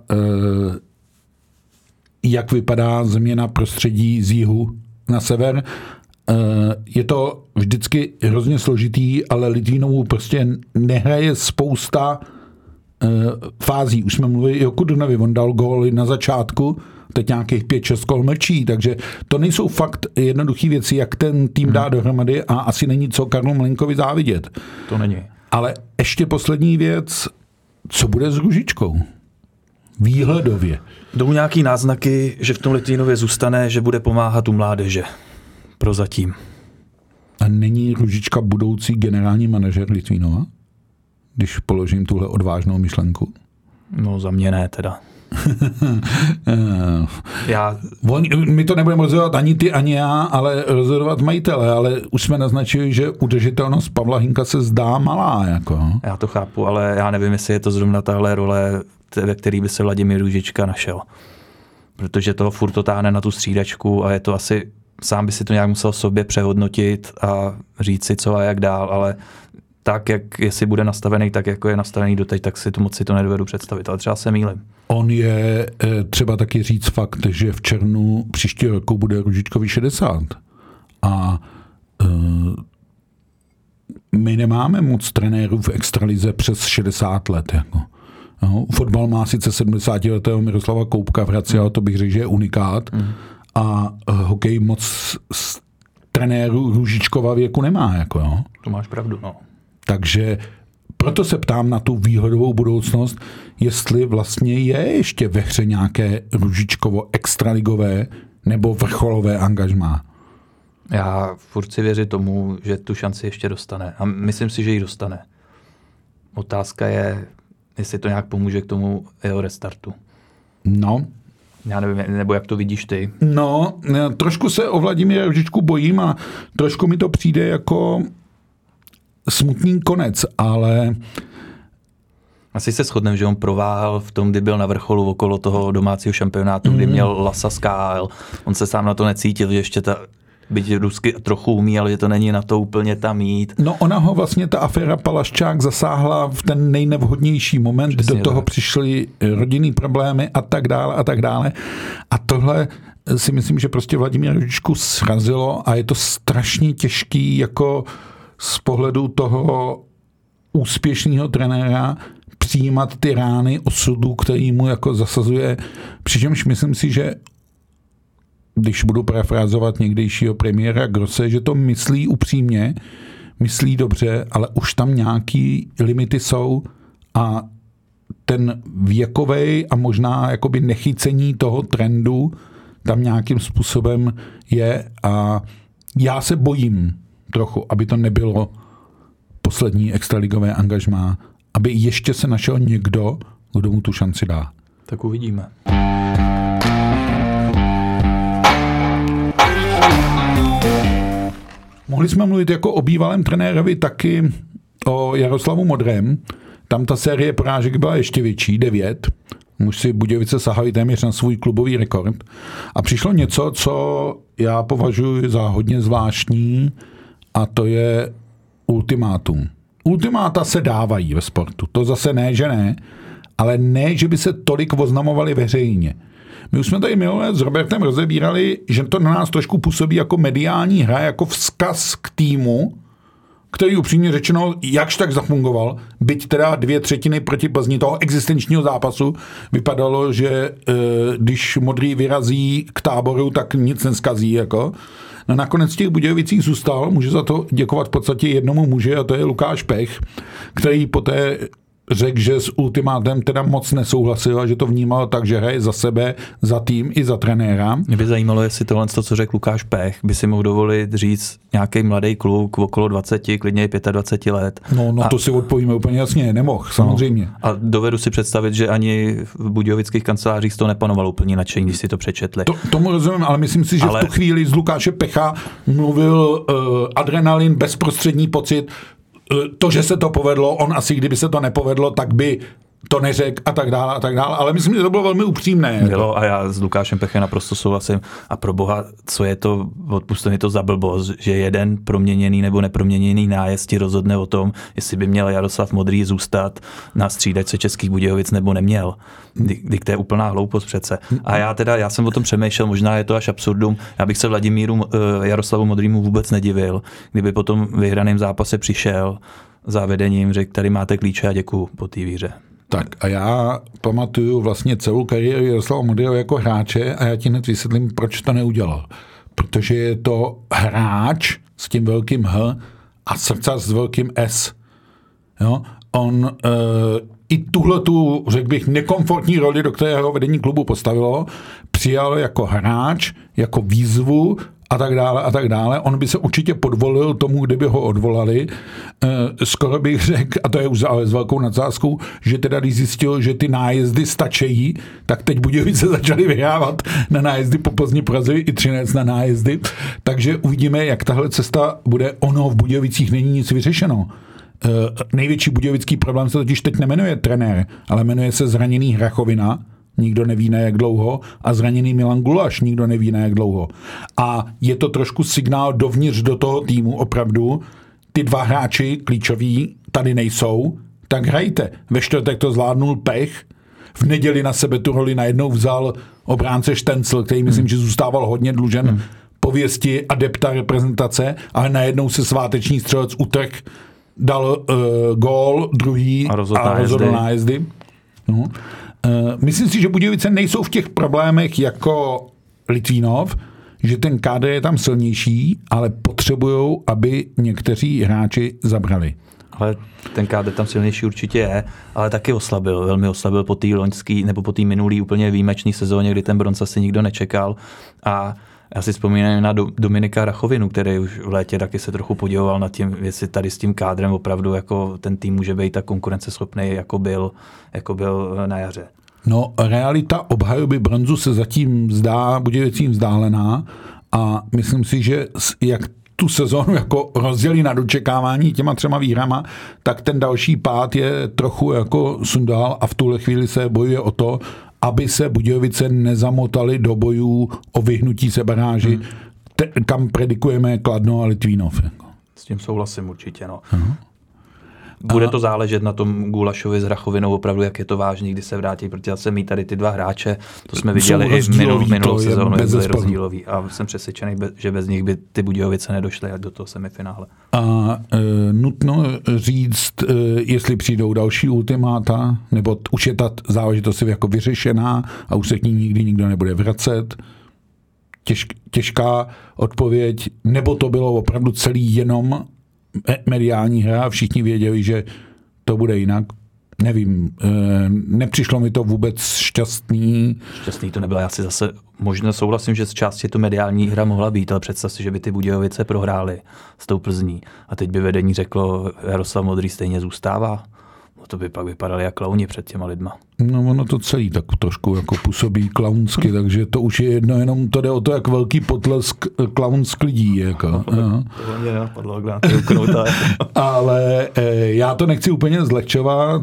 B: jak vypadá změna prostředí z jihu na sever. Je to vždycky hrozně složitý, ale Litvínovu prostě nehraje spousta fází. Už jsme mluvili i o Kudrnovi, on dal góly na začátku, teď nějakých 5-6 kol mlčí, takže to nejsou fakt jednoduché věci, jak ten tým dá dohromady a asi není co Karlu Mlejnkovi závidět.
C: To není.
B: Ale ještě poslední věc, co bude s Růžičkou? Výhledově.
C: Jdou nějaký náznaky, že v tom Litvínově zůstane, že bude pomáhat u mládeže. Prozatím.
B: A není Růžička budoucí generální manažer Litvínova? Když položím tuhle odvážnou myšlenku.
C: No za mě ne teda.
B: My to nebudeme rozhodovat ani ty, ani já, ale rozhodovat majitele, ale už jsme naznačili, že udržitelnost Pavla Hynka se zdá malá. Jako.
C: Já to chápu, ale já nevím, jestli je to zrovna tahle role, ve který by se Vladimír Růžička našel. Protože to furt to táhne na tu střídačku a je to asi, sám by si to nějak musel sobě přehodnotit a říct si co a jak dál, ale tak, jestli bude nastavený tak, jako je nastavený doteď, tak si to nedovedu představit, ale třeba se mýlím.
B: On je třeba taky říct fakt, že v červnu příštího roku bude Růžičkovi 60. A my nemáme moc trenérů v extralize přes 60 let. Jako. No, fotbal má sice 70letého Miroslava Koupka v Hradci, ale to bych řekl, že je unikát. A hokej moc trenérů Růžičkova věku nemá. Jako, jo.
C: To máš pravdu, no.
B: Takže proto se ptám na tu výhodovou budoucnost, jestli vlastně je ještě ve hře nějaké Růžičkovo extraligové nebo vrcholové angažmá.
C: Já furt si věřím tomu, že tu šanci ještě dostane. A myslím si, že ji dostane. Otázka je, jestli to nějak pomůže k tomu jeho restartu.
B: No.
C: Já nevím, nebo jak to vidíš ty?
B: No, trošku se o Vladimíra Růžičku bojím a trošku mi to přijde jako smutný konec, ale
C: asi se shodneme, že on prováhal v tom, kdy byl na vrcholu okolo toho domácího šampionátu, kdy měl Lasa z KHL. On se sám na to necítil, že ještě byť rusky trochu umí, ale že to není na to úplně tam jít.
B: No ona ho vlastně, ta aféra Palaščák zasáhla v ten nejnevhodnější moment, přesně do toho přišly rodinný problémy a tak dále a tak dále. A tohle si myslím, že prostě Vladimíra Růžičku srazilo a je to strašně těžký jako z pohledu toho úspěšného trenéra přijímat ty rány osudu, který mu jako zasazuje. Přičemž myslím si, že když budu parafrázovat někdejšího premiéra Grosse, že to myslí upřímně, myslí dobře, ale už tam nějaký limity jsou a ten věkovej a možná jakoby nechycení toho trendu tam nějakým způsobem je a já se bojím trochu, aby to nebylo poslední extraligové angažmá, aby ještě se našel někdo, kdo mu tu šanci dá.
C: Tak uvidíme.
B: Mohli jsme mluvit jako o bývalém trenérovi taky o Jaroslavu Modrém. Tam ta série porážek byla ještě větší, 9. Už si Budějovice sahali téměř na svůj klubový rekord. A přišlo něco, co já považuji za hodně zvláštní, a to je ultimátum. Ultimáta se dávají ve sportu. To zase ne, že ne, ale ne, že by se tolik oznamovali veřejně. My už jsme tady minule s Robertem rozebírali, že to na nás trošku působí jako mediální hra, jako vzkaz k týmu, který upřímně řečeno jakž tak zafungoval, byť teda 2/3 proti Plzni toho existenčního zápasu vypadalo, že když Modrý vyrazí k Táboru, tak nic neskazí. Jako. No nakonec těch Budějovicích zůstal, může za to děkovat v podstatě jednomu muži, a to je Lukáš Pech, který poté řekl, že s ultimátem teda moc nesouhlasil a že to vnímal tak, že hraje za sebe, za tým i za trenéra.
C: Mě by zajímalo, jestli tohle, co řekl Lukáš Pech, by si mohl dovolit říct nějaký mladý kluk okolo 20, klidně 25 let.
B: No to si odpovíme úplně jasně, nemohl, samozřejmě.
C: No, a dovedu si představit, že ani v budějovických kancelářích z toho nepanovalo úplně nadšení, když si to přečetli.
B: Tomu rozumím, ale myslím si, že v tu chvíli z Lukáše Pecha mluvil adrenalin, bezprostřední pocit. To, že se to povedlo, on asi kdyby se to nepovedlo, tak by to neřekl a tak dále, ale myslím, že to bylo velmi upřímné.
C: Bylo a já s Lukášem Pechem naprosto souhlasím a pro boha, co je to, odpuste mi to za blbost, že jeden proměněný nebo neproměněný nájezd ti rozhodne o tom, jestli by měl Jaroslav Modrý zůstat na střídačce Českých Budějovic nebo neměl. Když to je úplná hloupost přece. A já jsem o tom přemýšlel, možná je to až absurdum, já bych se Jaroslavu Modrýmu vůbec nedivil, kdyby po tom vyhraném zápase přišel za vedením, řekl, tady máte klíče a děkuju po té výhře.
B: Tak a já pamatuju vlastně celou kariéru Jaroslava Modrého jako hráče a já ti hned vysvětlím, proč to neudělal. Protože je to hráč s tím velkým H a srdcař s velkým S. Jo? On i tuhletu, řekl bych, nekomfortní roli, do kterého vedení klubu postavilo, přijal jako hráč, jako výzvu a tak dále. On by se určitě podvolil tomu, kdyby ho odvolali. Skoro bych řekl, a to je už ale s velkou nadsázkou, že teda když zjistil, že ty nájezdy stačejí, tak teď Budějovice začali vyhrávat na nájezdy po Plzni, Praze i Třinec na nájezdy. Takže uvidíme, jak tahle cesta bude. Ono v Budějovicích není nic vyřešeno. Největší budějovický problém se totiž teď nemenuje trenér, ale jmenuje se zraněný Hrachovina, nikdo neví na jak dlouho, a zraněný Milan Gulaš, nikdo neví na jak dlouho. A je to trošku signál dovnitř do toho týmu opravdu, ty dva hráči klíčoví tady nejsou, tak hrajte. Ve čtvrtek to zvládnul Pech, v neděli na sebe tu roli najednou vzal obránce Štencl, který myslím, že zůstával hodně dlužen pověsti adepta reprezentace, ale najednou se sváteční střelec utrh, dal gól, druhý a rozhodl nájezdy. No. Myslím si, že Budějovice nejsou v těch problémech jako Litvínov, že ten kádr je tam silnější, ale potřebujou, aby někteří hráči zabrali.
C: Ale ten kádr tam silnější určitě je, ale taky velmi oslabil po té loňský nebo po té minulý úplně výjimečný sezóně, kdy ten bronz asi nikdo nečekal. A já si vzpomínám na Dominika Rachovinu, který už v létě taky se trochu podíval nad tím, jestli tady s tím kádrem opravdu jako ten tým může být tak konkurenceschopný, jako byl na jaře.
B: No, realita obhajoby bronzu se zatím zdá Budějovicím vzdálená a myslím si, že jak tu sezónu jako rozdělí na dočekávání těma 3 výhrama, tak ten další pád je trochu jako sundal a v tuhle chvíli se bojuje o to, aby se Budějovice nezamotaly do bojů o vyhnutí se baráži, kam predikujeme Kladno a Litvínov.
C: S tím souhlasím určitě, no. Bude to záležet na tom Gulašovi s Rachovinou opravdu, jak je to vážný, kdy se vrátí, protože zase mít tady ty dva hráče, to jsme viděli i minulou sezónu, jak byli rozdíloví. A jsem přesvědčený, že bez nich by ty Budějovice nedošly do toho semifinále.
B: A nutno říct, jestli přijdou další ultimáta, nebo už je ta záležitost jako vyřešená a už se k ní nikdy nikdo nebude vracet. Těžká odpověď, nebo to bylo opravdu celý jenom mediální hra a všichni věděli, že to bude jinak. Nevím, nepřišlo mi to vůbec šťastný.
C: Šťastný to nebylo, já si zase možná souhlasím, že z části to mediální hra mohla být, ale představ si, že by ty Budějovice prohrály s tou Plzní a teď by vedení řeklo, Jaroslav Modrý stejně zůstává. No to by pak vypadali jak klauni před těma lidma.
B: No ono to celý tak trošku jako působí klaunsky, takže to už je jedno, jenom to jde o to, jak velký potlesk klaunsk lidí. Jako.
C: To mě nenapadlo, jak nám to uknoutá.
B: Ale já to nechci úplně zlehčovat.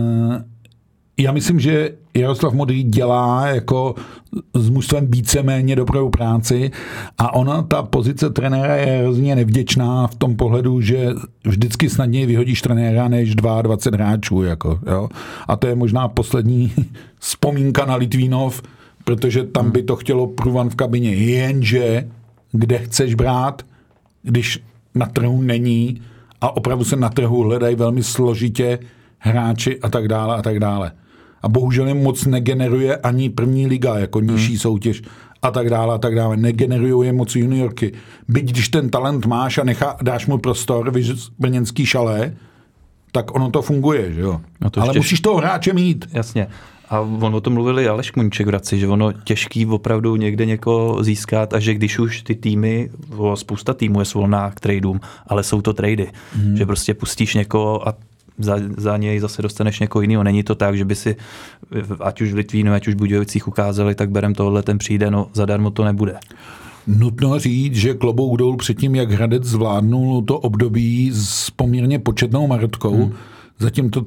B: Já myslím, že Jaroslav Modrý dělá jako s mužstvem víceméně dobrou práci a ona, ta pozice trenéra je hrozně nevděčná v tom pohledu, že vždycky snadněji vyhodíš trenéra než 22 hráčů. Jako, jo? A to je možná poslední vzpomínka na Litvínov, protože tam by to chtělo průvan v kabině. Jenže kde chceš brát, když na trhu není a opravdu se na trhu hledají velmi složitě hráči a tak dále a tak dále. A bohužel jim moc negeneruje ani první liga, jako nižší soutěž a tak dále a tak dále. Negenerují je moc juniorky. Byť když ten talent máš a dáš mu prostor, brněnský Šalé, tak ono to funguje, že jo. Ale musíš toho hráče mít.
C: Jasně. A on o tom mluvili Aleš Kmuníček v Hradci, že ono těžký opravdu někde někoho získat a že když už ty týmy, spousta týmů je svolná k tradeům, ale jsou to trady, že prostě pustíš někoho a za něj zase dostaneš někoho jiného. Není to tak, že by si, ať už v Litvínu, ať už v Budějovicích ukázali, tak berem tohle, ten přijde, no zadarmo to nebude.
B: Nutno říct, že klobouk dolů před tím, jak Hradec zvládnul to období s poměrně početnou marotkou, zatím to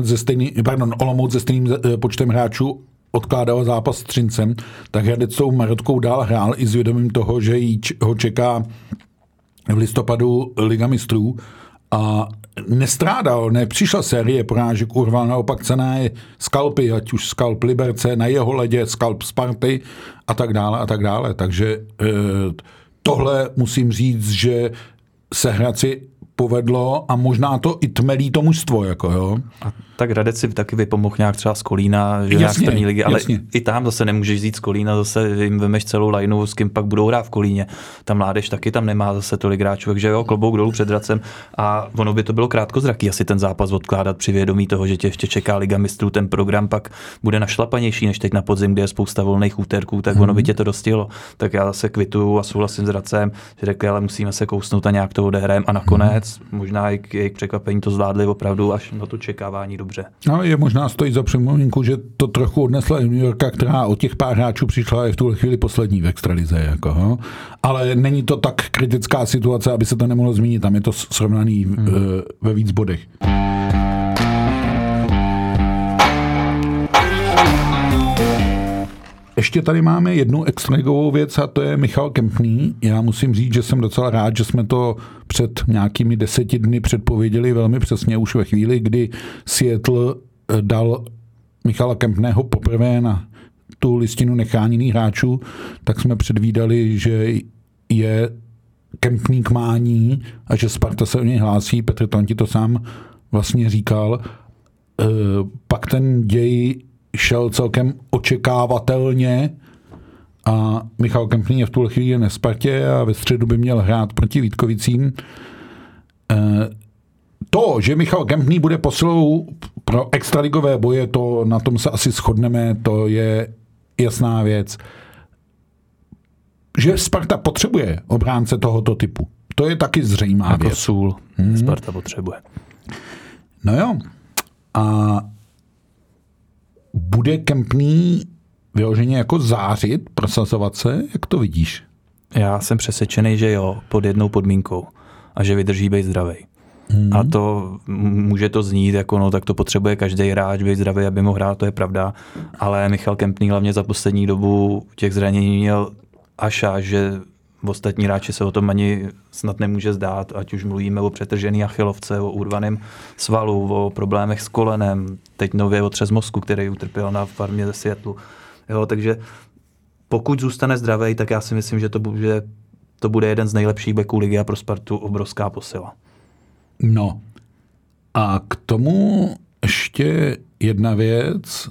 B: Olomouc se stejným počtem hráčů odkládal zápas s Třincem, tak Hradec tou marotkou dál hrál i s vědomím toho, že ho čeká v listopadu Liga mistrů a nestrádal, nepřišla série porážek, urval naopak cenné skalpy, ať už skalp Liberce, na jeho ledě skalp Sparty a tak dále a tak dále. Takže tohle musím říct, že se Hradci povedlo a možná to i tmelí to mužstvo. Jako, jo.
C: A tak Hradec si taky vypomohl nějak třeba z Kolína, že nějak z první ligy, ale
B: jasně.
C: I tam zase nemůžeš vzít z Kolína, zase jim vemeš celou lineu, s kým pak budou hrát v Kolíně. Ta mládež taky tam nemá zase tolik hráčů, takže jo, klobouk dolů před Hradcem a ono by to bylo krátkozraký asi ten zápas odkládat při vědomí toho, že tě ještě čeká Liga mistrů, ten program pak bude našlapanější než teď na podzim, kde je spousta volných úterků, tak ono by tě to dostihlo. Tak já zase kvituju a souhlasím s Hradcem, že řekli, ale musíme se kousnout a nějak to odehrajeme a nakonec možná i k jejich překvapení to zvládli opravdu až na to čekávání dobře.
B: No, je možná stojí za připomínku, že to trochu odnesla juniorka, která od těch pár hráčů přišla i v tuhle chvíli poslední v extralize. Jako, ale není to tak kritická situace, aby se to nemohlo zmínit. Tam je to srovnaný ve víc bodech. Ještě tady máme jednu extraligovou věc a to je Michal Kempný. Já musím říct, že jsem docela rád, že jsme to před nějakými 10 dny předpověděli velmi přesně už ve chvíli, kdy Seattle dal Michala Kempného poprvé na tu listinu nechráněných hráčů, tak jsme předvídali, že je Kempný k mání a že Sparta se o něj hlásí. Petr Tonti to sám vlastně říkal. Pak ten děj šel celkem očekávatelně a Michal Kempný je v tuhle chvíli na Spartě a ve středu by měl hrát proti Vítkovicím. To, že Michal Kempný bude posilou pro extraligové boje, to na tom se asi shodneme, to je jasná věc. Že Sparta potřebuje obránce tohoto typu, to je taky zřejmá
C: jako
B: věc.
C: Jako sůl Sparta potřebuje.
B: No jo. A bude Kempný vyloženě jako zářit, prosazovat se? Jak to vidíš?
C: Já jsem přesvědčený, že jo, pod jednou podmínkou a že vydrží být zdravý. A to může to znít, jako no, tak to potřebuje každý hráč, být zdravý, aby mohl hrát, to je pravda. Ale Michal Kempný hlavně za poslední dobu těch zranění měl až, že ostatní hráči se o tom ani snad nemůže zdát, ať už mluvíme o přetržený achilovce, o urvaném svalu, o problémech s kolenem, teď nově o třes mozku, který utrpěl na farmě ze Seattle. Jo, takže pokud zůstane zdravý, tak já si myslím, že to bude jeden z nejlepších backů ligy a pro Spartu obrovská posila.
B: No a k tomu ještě jedna věc.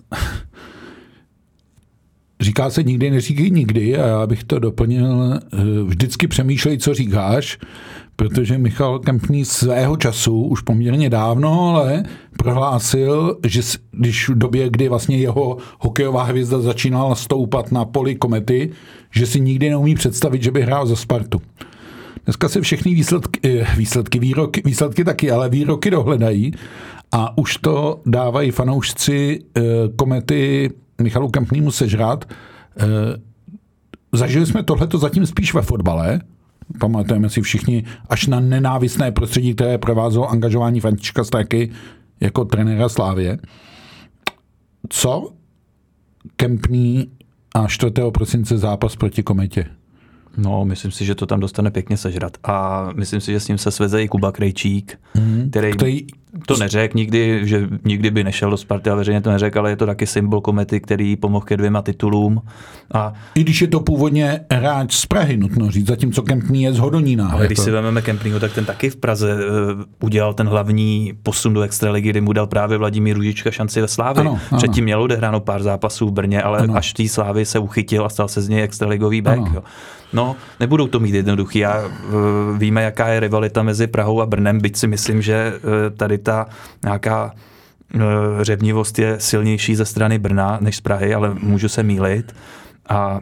B: Říká se nikdy, neříkej nikdy a já bych to doplnil. Vždycky přemýšlej, co říkáš, protože Michal Kempný svého času, už poměrně dávno, ale prohlásil, že když v době, kdy vlastně jeho hokejová hvězda začínala stoupat na poli Komety, že si nikdy neumí představit, že by hrál za Spartu. Dneska se všechny výsledky taky, ale výroky dohledají a už to dávají fanoušci Komety Michalu Kempnému sežrat. Zažili jsme tohleto zatím spíš ve fotbale. Pamatujeme si všichni až na nenávistné prostředí, které provázelo angažování Františka Straky jako trenéra Slávie. Co Kempný a 4. prosince zápas proti Kometě?
C: No, myslím si, že to tam dostane pěkně sežrat. A myslím si, že s ním se sveze i Kuba Krejčík, který to neřekl nikdy, že nikdy by nešel do Sparty a veřejně to neřekl, ale je to taky symbol Komety, který pomohl ke 2 titulům.
B: I když je to původně hráč z Prahy, nutno říct, zatímco Kempný je z Hodonína.
C: Ale když si vezmeme Kempnýho, tak ten taky v Praze udělal ten hlavní posun do extraligy, kdy mu dal právě Vladimír Růžička šanci ve Slávii. Ano. Předtím měl odehráno pár zápasů v Brně, ale až v té Slávii se uchytil a stal se z něj extraligový back. No, nebudou to mít jednoduchý. Víme, jaká je rivalita mezi Prahou a Brnem, byť si myslím, že tady ta nějaká řevnivost je silnější ze strany Brna než z Prahy, ale můžu se mýlit. A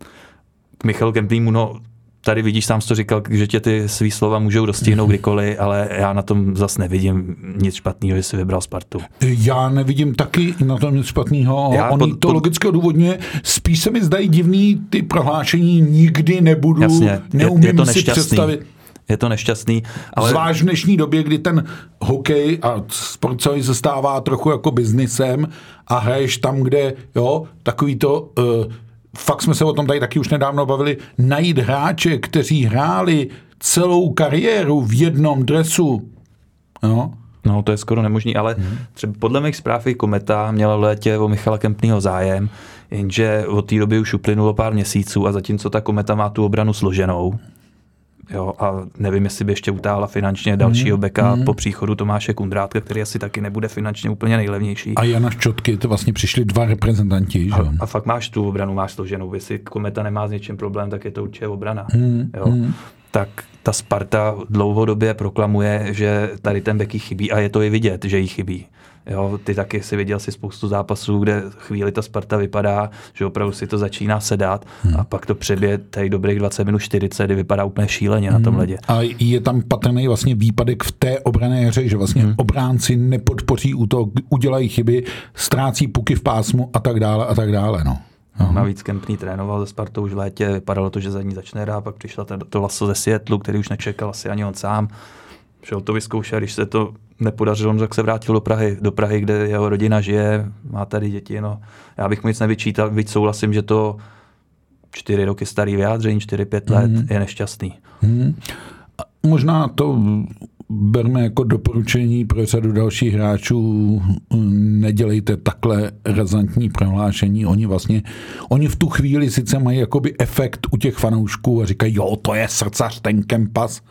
C: k Michalu Kempnému, no, tady vidíš, sám jsi to říkal, že tě ty svý slova můžou dostihnout kdykoliv, ale já na tom zase nevidím nic špatného, že jsi vybral Spartu. Já
B: nevidím taky na tom nic špatného. On to logicky odůvodňuje. Spíš se mi zdají divný ty prohlášení, nikdy nebudu,
C: jasně,
B: neumím si představit.
C: Je to nešťastný. Ale...
B: Zvlášť v dnešní době, kdy ten hokej a sport se stává trochu jako biznisem a hraješ tam, kde, jo, takový to... fakt jsme se o tom tady taky už nedávno bavili, najít hráče, kteří hráli celou kariéru v jednom dresu. No.
C: No, to je skoro nemožný, ale třeba podle mých zpráv i Kometa měla v létě o Michala Kempného zájem, jenže od té doby už uplynulo pár měsíců a zatímco ta Kometa má tu obranu složenou, jo, a nevím, jestli by ještě utáhla finančně dalšího beka po příchodu Tomáše Kundrátka, který asi taky nebude finančně úplně nejlevnější.
B: A Jana Ščotky, to vlastně přišli 2 reprezentanti. Že?
C: A fakt máš tu obranu, máš složenou. Jestli Kometa nemá s něčím problém, tak je to určitě obrana. Jo. Tak ta Sparta dlouhodobě proklamuje, že tady ten bek jí chybí a je to i vidět, že jí chybí. Jo, ty taky si viděl si spoustu zápasů, kde chvíli ta Sparta vypadá, že opravdu si to začíná sedat a pak to přeběh tady dobrých 20 minut 40, kdy vypadá úplně šíleně na tom ledě.
B: A je tam patrný vlastně výpadek v té obranné hře, že vlastně obránci nepodpoří útok, udělají chyby, ztrácí puky v pásmu a tak dále, no.
C: Navíc Kempný trénoval ze Spartou už v létě, vypadalo to, že za ní začne hrát, pak přišla to laso ze Seattlu, který už nečekal asi ani on sám. Šel to vyzkoušet, když se to nepodařilo, tak se vrátil do Prahy, kde jeho rodina žije, má tady děti. No. Já bych mu nic nevyčítal, byť souhlasím, že to 4 roky starý vyjádření, 4-5 let je nešťastný.
B: Možná to berme jako doporučení pro řadu dalších hráčů. Nedělejte takhle razantní prohlášení. Oni v tu chvíli sice mají jakoby efekt u těch fanoušků a říkají, jo, to je srdcař, ten Kempas.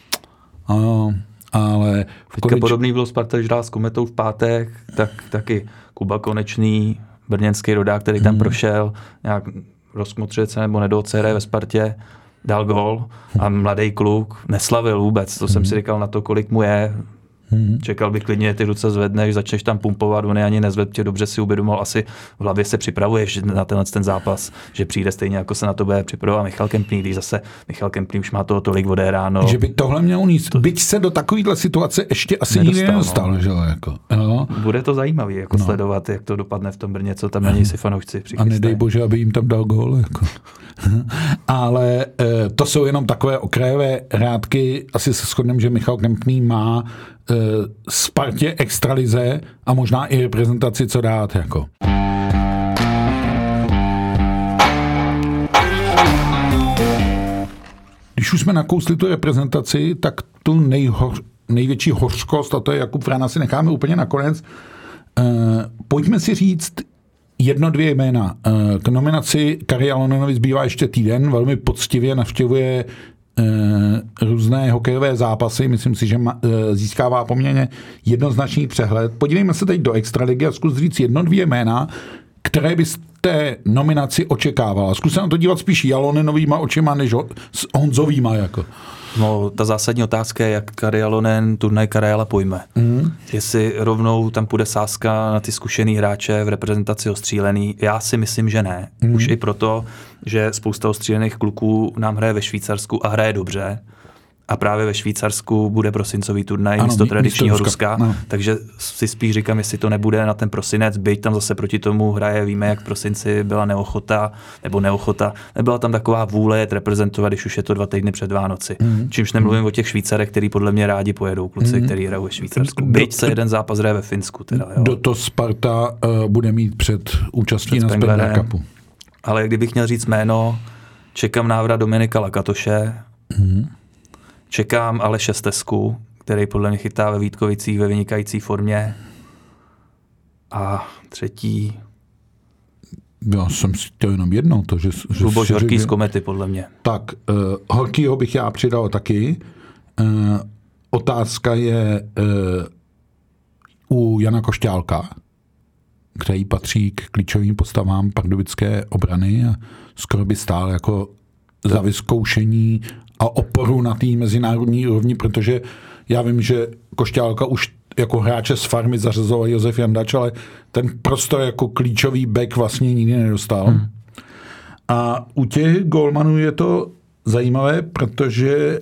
B: Ale
C: teďka podobný bylo Sparta, když hrál s Kometou v pátek, tak taky Kuba Konečný, brněnský rodák, který tam prošel, nějak rozkmotřil se nebo nedocere ve Spartě, dal gól a mladý kluk neslavil vůbec. To jsem si říkal na to, kolik mu je. Čekal bych klidně, ty ruce zvedneš, začneš tam pumpovat, on je ani nezved, tě dobře si uvědomoval, asi v hlavě se připravuješ na ten zápas, že přijde stejně, jako se na to bude připravovat Michal Kempný, když zase Michal Kempný už má toho tolik odehráno.
B: Že by tohle měl uníst. Byť se do takovýhle situace ještě asi nikdy nedostal. Že? No.
C: Bude to zajímavý, sledovat, jak to dopadne v tom Brně, co tam na něj si fanoušci přichystají.
B: A nedej bože, aby jim tam dal gól. Ale to jsou jenom takové okrajové rádky. Asi se shodneme, že Michal Kempný má Spartě extralize a možná i reprezentaci co dát. Jako. Když už jsme nakousli tu reprezentaci, tak tu největší hořkost, a to je Jakub Vrána, si necháme úplně nakonec. Pojďme si říct 1-2 jména. K nominaci Kari Alonenovi zbývá ještě týden, velmi poctivě navštěvuje různé hokejové zápasy. Myslím si, že získává poměrně jednoznačný přehled. Podívejme se teď do extraligy a zkus říct 1-2 jména, které byste nominaci očekávala. Zkus se na to dívat spíš Jalonenovýma očima než s Honzovýma. Jako.
C: No, ta zásadní otázka je, jak Kari Jalonen turnaj Karajala pojme. Jestli rovnou tam půjde sázka na ty zkušený hráče v reprezentaci ostřílený. Já si myslím, že ne. Už i proto, že spousta ostřílených kluků nám hraje ve Švýcarsku a hraje dobře. A právě ve Švýcarsku bude prosincový turnaj místo tradičního Ruska. No. Takže si spíš říkám, jestli to nebude na ten prosinec, byť tam zase proti tomu hraje, víme, jak v prosinci byla neochota. Nebyla tam taková vůle jet reprezentovat, když už je to 2 týdny před Vánoci. Čímž nemluvím o těch Švýcarech, který podle mě rádi pojedou, kluci, který hrajou ve Švýcarsku. Byť se jeden zápas hraje ve Finsku. Teda, jo.
B: To Sparta bude mít před účastí na Spengler Cupu.
C: Ale kdybych měl říct jméno, čekám návrat Dominika Lakatoše, čekám Aleše Stesku, který podle mě chytá ve Vítkovicích ve vynikající formě. A třetí...
B: Já jsem si chtěl jenom jedno.
C: Luboš Horký z Komety, podle mě.
B: Tak, Horkýho bych já přidal taky. Otázka je u Jana Košťálka, který patří k klíčovým postavám pardubické obrany a skoro by stál jako za vyzkoušení a oporu na té mezinárodní úrovni, protože já vím, že Košťálka už jako hráče z Farmy zařazoval Josef Jandač, ale ten prostor jako klíčový back vlastně nikdy nedostal. A u těch golmanů je to zajímavé, protože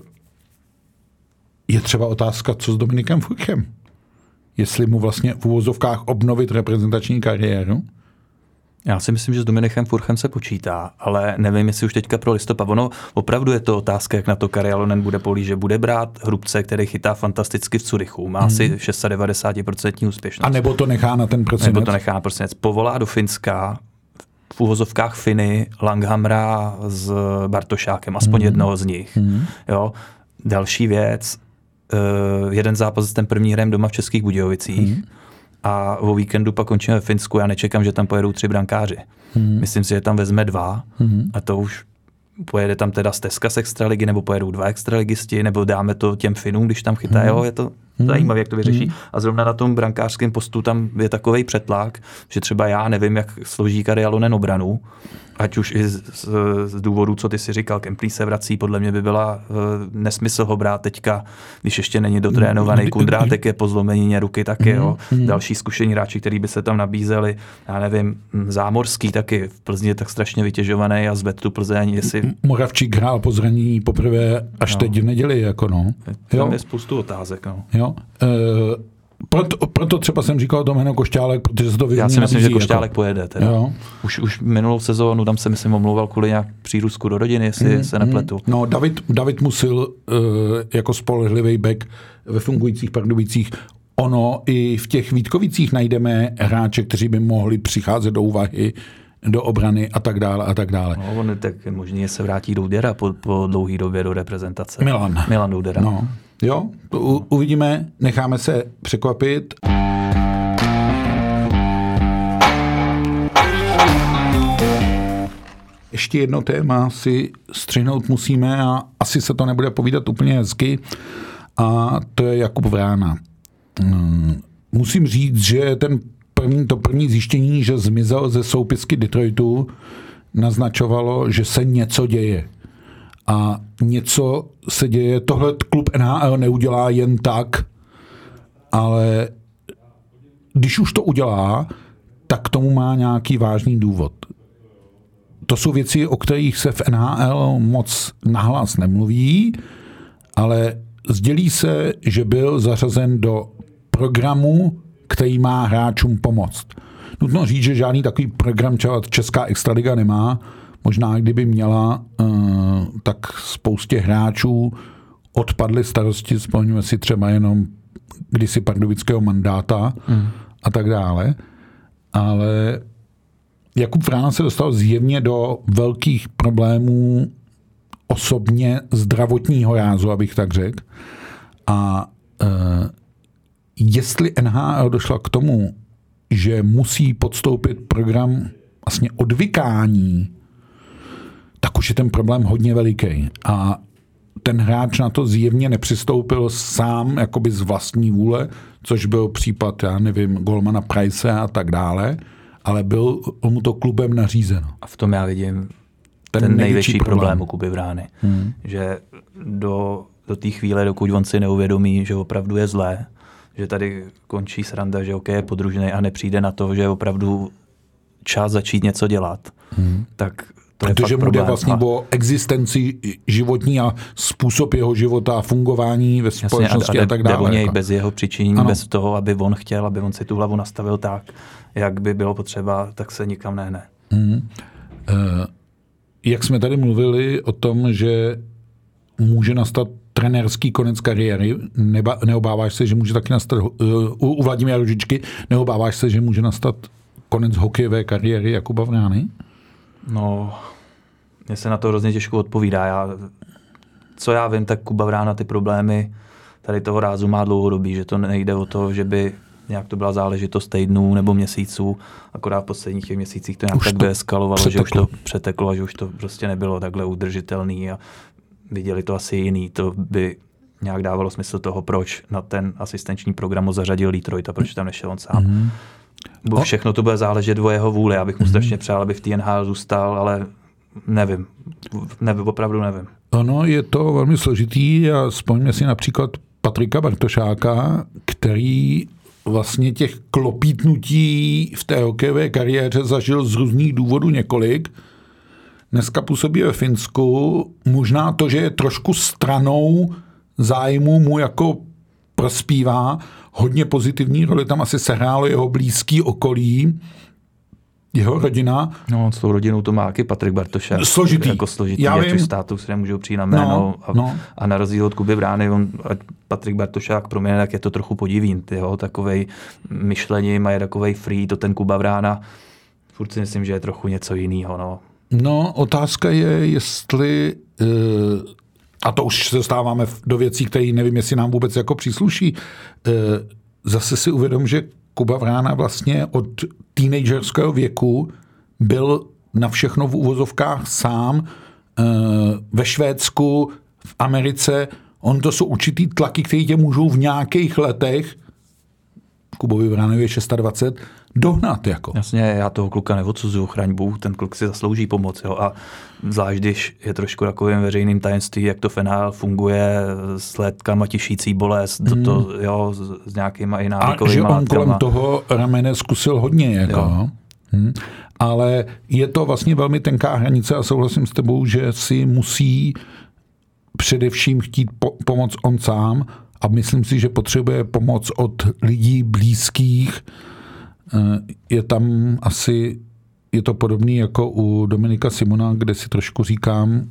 B: je třeba otázka, co s Dominikem Furchem. Jestli mu vlastně v uvozovkách obnovit reprezentační kariéru.
C: Já si myslím, že s Dominikem Furchem se počítá, ale nevím, jestli už teďka pro listopad. Ono opravdu je to otázka, jak na to Kari Alonen bude polí, že bude brát Hrubce, který chytá fantasticky v Curychu. Má asi 690% úspěšnost.
B: A nebo to nechá na ten prosinec.
C: Povolá do Finska v uvozovkách Finy, Langhamra s Bartošákem, aspoň jednoho z nich. Jo. Další věc, jeden zápas s ten první hrajem doma v Českých Budějovicích. A o víkendu pak končíme v Finsku. Já nečekám, že tam pojedou 3 brankáři. Myslím si, že tam vezme 2 a to už pojede tam teda Stezka z extraligy, nebo pojedou 2 extraligisti, nebo dáme to těm Finům, když tam chytají. Je to zajímavé, jak to vyřeší. A zrovna na tom brankářském postu tam je takovej přetlak, že třeba já nevím, jak složí Kari Alonen obranu, ať už i z důvodu, co ty si říkal, Kemplý se vrací, podle mě by byla nesmysl ho brát teďka, když ještě není dotrénovaný, Kundrátek je po zlomenině ruky taky, jo. Další zkušení hráči, který by se tam nabízeli, já nevím, Zámorský taky, v Plzni je tak strašně vytěžovaný a zved tu Plzeň, jestli...
B: Moravčík hrál po zranění poprvé až teď v neděli, jako no.
C: Tam je spoustu otázek, no.
B: Jo. Proto třeba jsem říkal to jméno Košťálek, protože se to
C: já si myslím, že Košťálek pojede. Teda. Už minulou sezónu, tam se myslím omlouval kvůli nějak přírůstku do rodiny, jestli se nepletu.
B: No, David Musil jako spolehlivý back ve fungujících Pardubicích. Ono i v těch Vítkovicích najdeme hráče, kteří by mohli přicházet do úvahy, do obrany a tak dále a tak dále.
C: No, on tak možná se vrátí Doudera po dlouhý době do reprezentace. Milan Doudera.
B: No. Jo, uvidíme, necháme se překvapit. Ještě jedno téma si střihnout musíme a asi se to nebude povídat úplně hezky a to je Jakub Vrána. Musím říct, že to první zjištění, že zmizel ze soupisky Detroitu, naznačovalo, že se něco děje. A něco se děje, tohle klub NHL neudělá jen tak, ale když už to udělá, tak k tomu má nějaký vážný důvod. To jsou věci, o kterých se v NHL moc nahlas nemluví, ale sdělí se, že byl zařazen do programu, který má hráčům pomoct. Nutno říct, že žádný takový program Česká extraliga nemá. Možná, kdyby měla, tak spoustě hráčů odpadly starosti, vzpomněme si třeba jenom kdysi pardubického Mandáta a tak dále. Ale Jakub Vrána se dostal zjevně do velkých problémů osobně zdravotního rázu, abych tak řekl. A jestli NHL došla k tomu, že musí podstoupit program vlastně odvykání, tak už je ten problém hodně veliký. A ten hráč na to zjevně nepřistoupil sám, jakoby z vlastní vůle, což byl případ, já nevím, golmana Price a tak dále, ale byl mu to klubem nařízeno.
C: A v tom já vidím ten největší problém u Kuby Vrány. Že do té chvíle, dokud on si neuvědomí, že opravdu je zlé, že tady končí sranda, že je podružný a nepřijde na to, že je opravdu čas začít něco dělat, tak
B: Protože mu jde vlastně o existenci životní a způsob jeho života a fungování ve společnosti a tak dále.
C: Jde o něj bez jeho přičinění, bez toho, aby on chtěl, aby on si tu hlavu nastavil tak, jak by bylo potřeba, tak se nikam nehne.
B: Jak jsme tady mluvili o tom, že může nastat trenérský konec kariéry, neobáváš se, že může taky nastat u Vladimíra Růžičky, neobáváš se, že může nastat konec hokejové kariéry Jakuba Vrány?
C: No, mně se na to hrozně těžko odpovídá. Co já vím, tak Kuba Vrána ty problémy tady toho rázu má dlouhodobý, že to nejde o to, že by nějak to byla záležitost týdnů nebo měsíců, akorát v posledních těch měsících to nějak tak vyeskalovalo, že už to přeteklo a že už to prostě nebylo takhle udržitelný a viděli to asi jiný. To by nějak dávalo smysl toho, proč na ten asistenční program ho zařadil Detroit a proč tam nešel on sám. Všechno to bude záležet o jeho vůli. Já bych mu strašně přál, aby v té NHL zůstal, ale nevím. Opravdu nevím.
B: Ono je to velmi složitý a vzpomeňme si například Patrika Bartošáka, který vlastně těch klopítnutí v té hokejové kariéře zažil z různých důvodů několik. Dneska působí ve Finsku. Možná to, že je trošku stranou zájmu, mu jako prospívá. Hodně pozitivní roli tam asi sehrálo jeho blízký okolí, jeho rodina.
C: No, s tou rodinou to má taky Patrik Bartošák.
B: Složitý.
C: Jako složitý, ať už státu, které můžou přijít na jméno. A na rozdíl od Kuby Vrány, Patrik Bartošák pro mě tak je to trochu podivín. Takovej myšlením a je takovej free, to ten Kuba Vrána. Furt si myslím, že je trochu něco jiného.
B: No, otázka je, jestli... a to už se dostáváme do věcí, které nevím, jestli nám vůbec jako přísluší. Zase si uvědom, že Kuba Vrána vlastně od teenagerského věku byl na všechno v uvozovkách sám. Ve Švédsku, v Americe. To jsou určitý tlaky, které tě můžou v nějakých letech, Kubovi Vránovi je 26, dohnat. Jako.
C: Jasně, já toho kluka neodsuzuju, chraň Bůh, ten kluk si zaslouží pomoc. Jo? A zvlášť, když je trošku takovým veřejným tajemství, jak to v NHL funguje, s letkama tišící bolest, s nějakýma i návykovými látkama. A že on kolem
B: toho ramene zkusil hodně. Jako. Ale je to vlastně velmi tenká hranice a souhlasím s tebou, že si musí především chtít pomoc on sám a myslím si, že potřebuje pomoc od lidí blízkých. Je tam asi, je to podobný jako u Dominika Simona, kde si trošku říkám,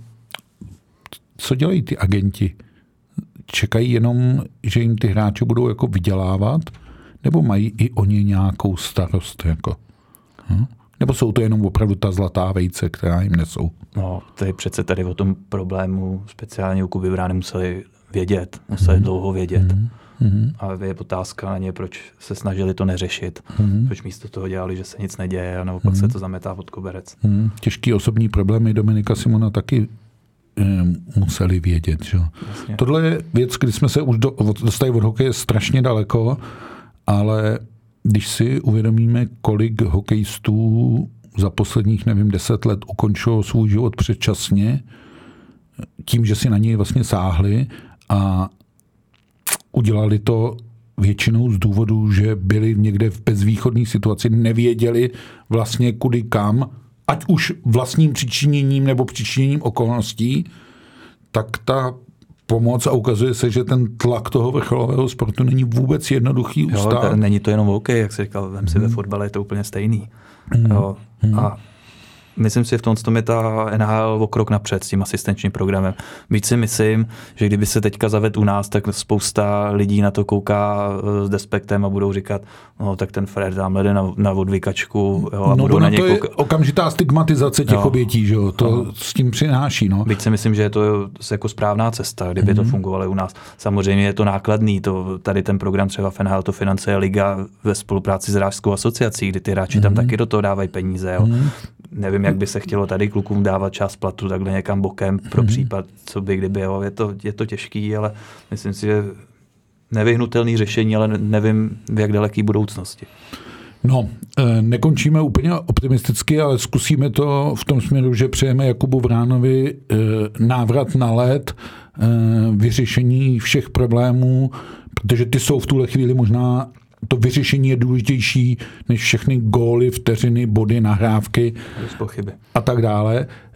B: co dělají ty agenti? Čekají jenom, že jim ty hráči budou jako vydělávat? Nebo mají i oni nějakou starost? Jako? Nebo jsou to jenom opravdu ta zlatá vejce, která jim nesou?
C: No, tady přece tady o tom problému, speciálně u Kuby Vrány, museli vědět, museli dlouho vědět. A je otázka na ně, proč se snažili to neřešit. Proč místo toho dělali, že se nic neděje a naopak se to zametá pod koberec.
B: Těžký osobní problémy Dominika Simona taky museli vědět. Že? Tohle je věc, kdy jsme se už dostali od hokeje strašně daleko, ale když si uvědomíme, kolik hokejistů za posledních, 10 let ukončilo svůj život předčasně, tím, že si na něj vlastně sáhli a udělali to většinou z důvodu, že byli někde v bezvýchodné situaci, nevěděli vlastně kudy kam, ať už vlastním přičiněním nebo přičiněním okolností, tak ta pomoc a ukazuje se, že ten tlak toho vrcholového sportu není vůbec jednoduchý ustát.
C: Není to jenom hokej, jak jsi říkal, vem si ve fotbale je to úplně stejný. A myslím si, v tom je ta NHL o krok napřed s tím asistenčním programem. Víc si myslím, že kdyby se teďka zavedl u nás, tak spousta lidí na to kouká s despektem a budou říkat, no tak ten Fred dámhle jde na odvykačku. Jo, a budou na něj
B: to je okamžitá stigmatizace těch obětí, že jo? To s tím přináší. No.
C: Víc si myslím, že je to jako správná cesta, kdyby to fungovalo u nás. Samozřejmě je to nákladný, tady ten program třeba v NHL to financuje liga ve spolupráci s Drážskou asociací, kdy ty hráči tam taky do toho dávají peníze. Jo. Nevím, jak by se chtělo tady klukům dávat část platu takhle někam bokem pro případ, co by kdyby. Jo. Je to těžký, ale myslím si, že nevyhnutelný řešení, ale nevím, v jak daleký budoucnosti.
B: No, nekončíme úplně optimisticky, ale zkusíme to v tom směru, že přejeme Jakubu Vránovi návrat na led, vyřešení všech problémů, protože ty jsou v tuhle chvíli možná to vyřešení je důležitější než všechny góly, vteřiny, body, nahrávky
C: a tak dále.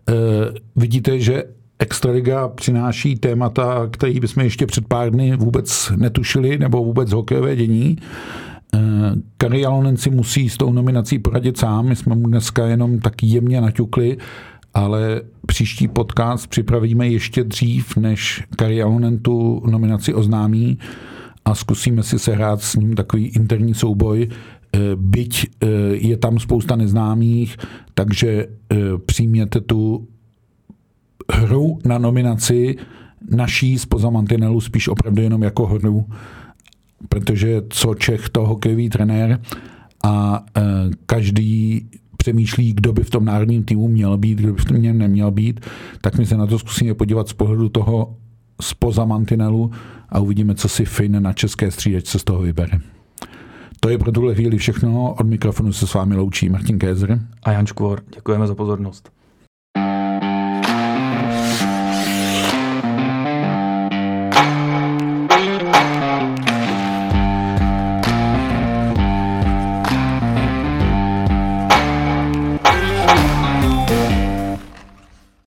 B: vidíte, že Extraliga přináší témata, které bychom ještě před pár dny vůbec netušili, nebo vůbec hokejové dění. Kari Jalonen si musí s tou nominací poradit sám. My jsme mu dneska jenom tak jemně naťukli, ale příští podcast připravíme ještě dřív, než Kari Jalonen tu nominaci oznámí a zkusíme si sehrát s ním takový interní souboj, byť je tam spousta neznámých, takže přijměte tu hru na nominaci naší zpoza mantinelu spíš opravdu jenom jako hru, protože co Čech, to hokejový trenér a každý přemýšlí, kdo by v tom národním týmu měl být, kdo by v tom neměl být, tak my se na to zkusíme podívat z pohledu toho zpoza mantinelu a uvidíme, co si Finn na české střídačce z toho vybere. To je pro tuhle chvíli všechno. Od mikrofonu se s vámi loučí Martin Kézer
C: a Jan Škvor. Děkujeme za pozornost.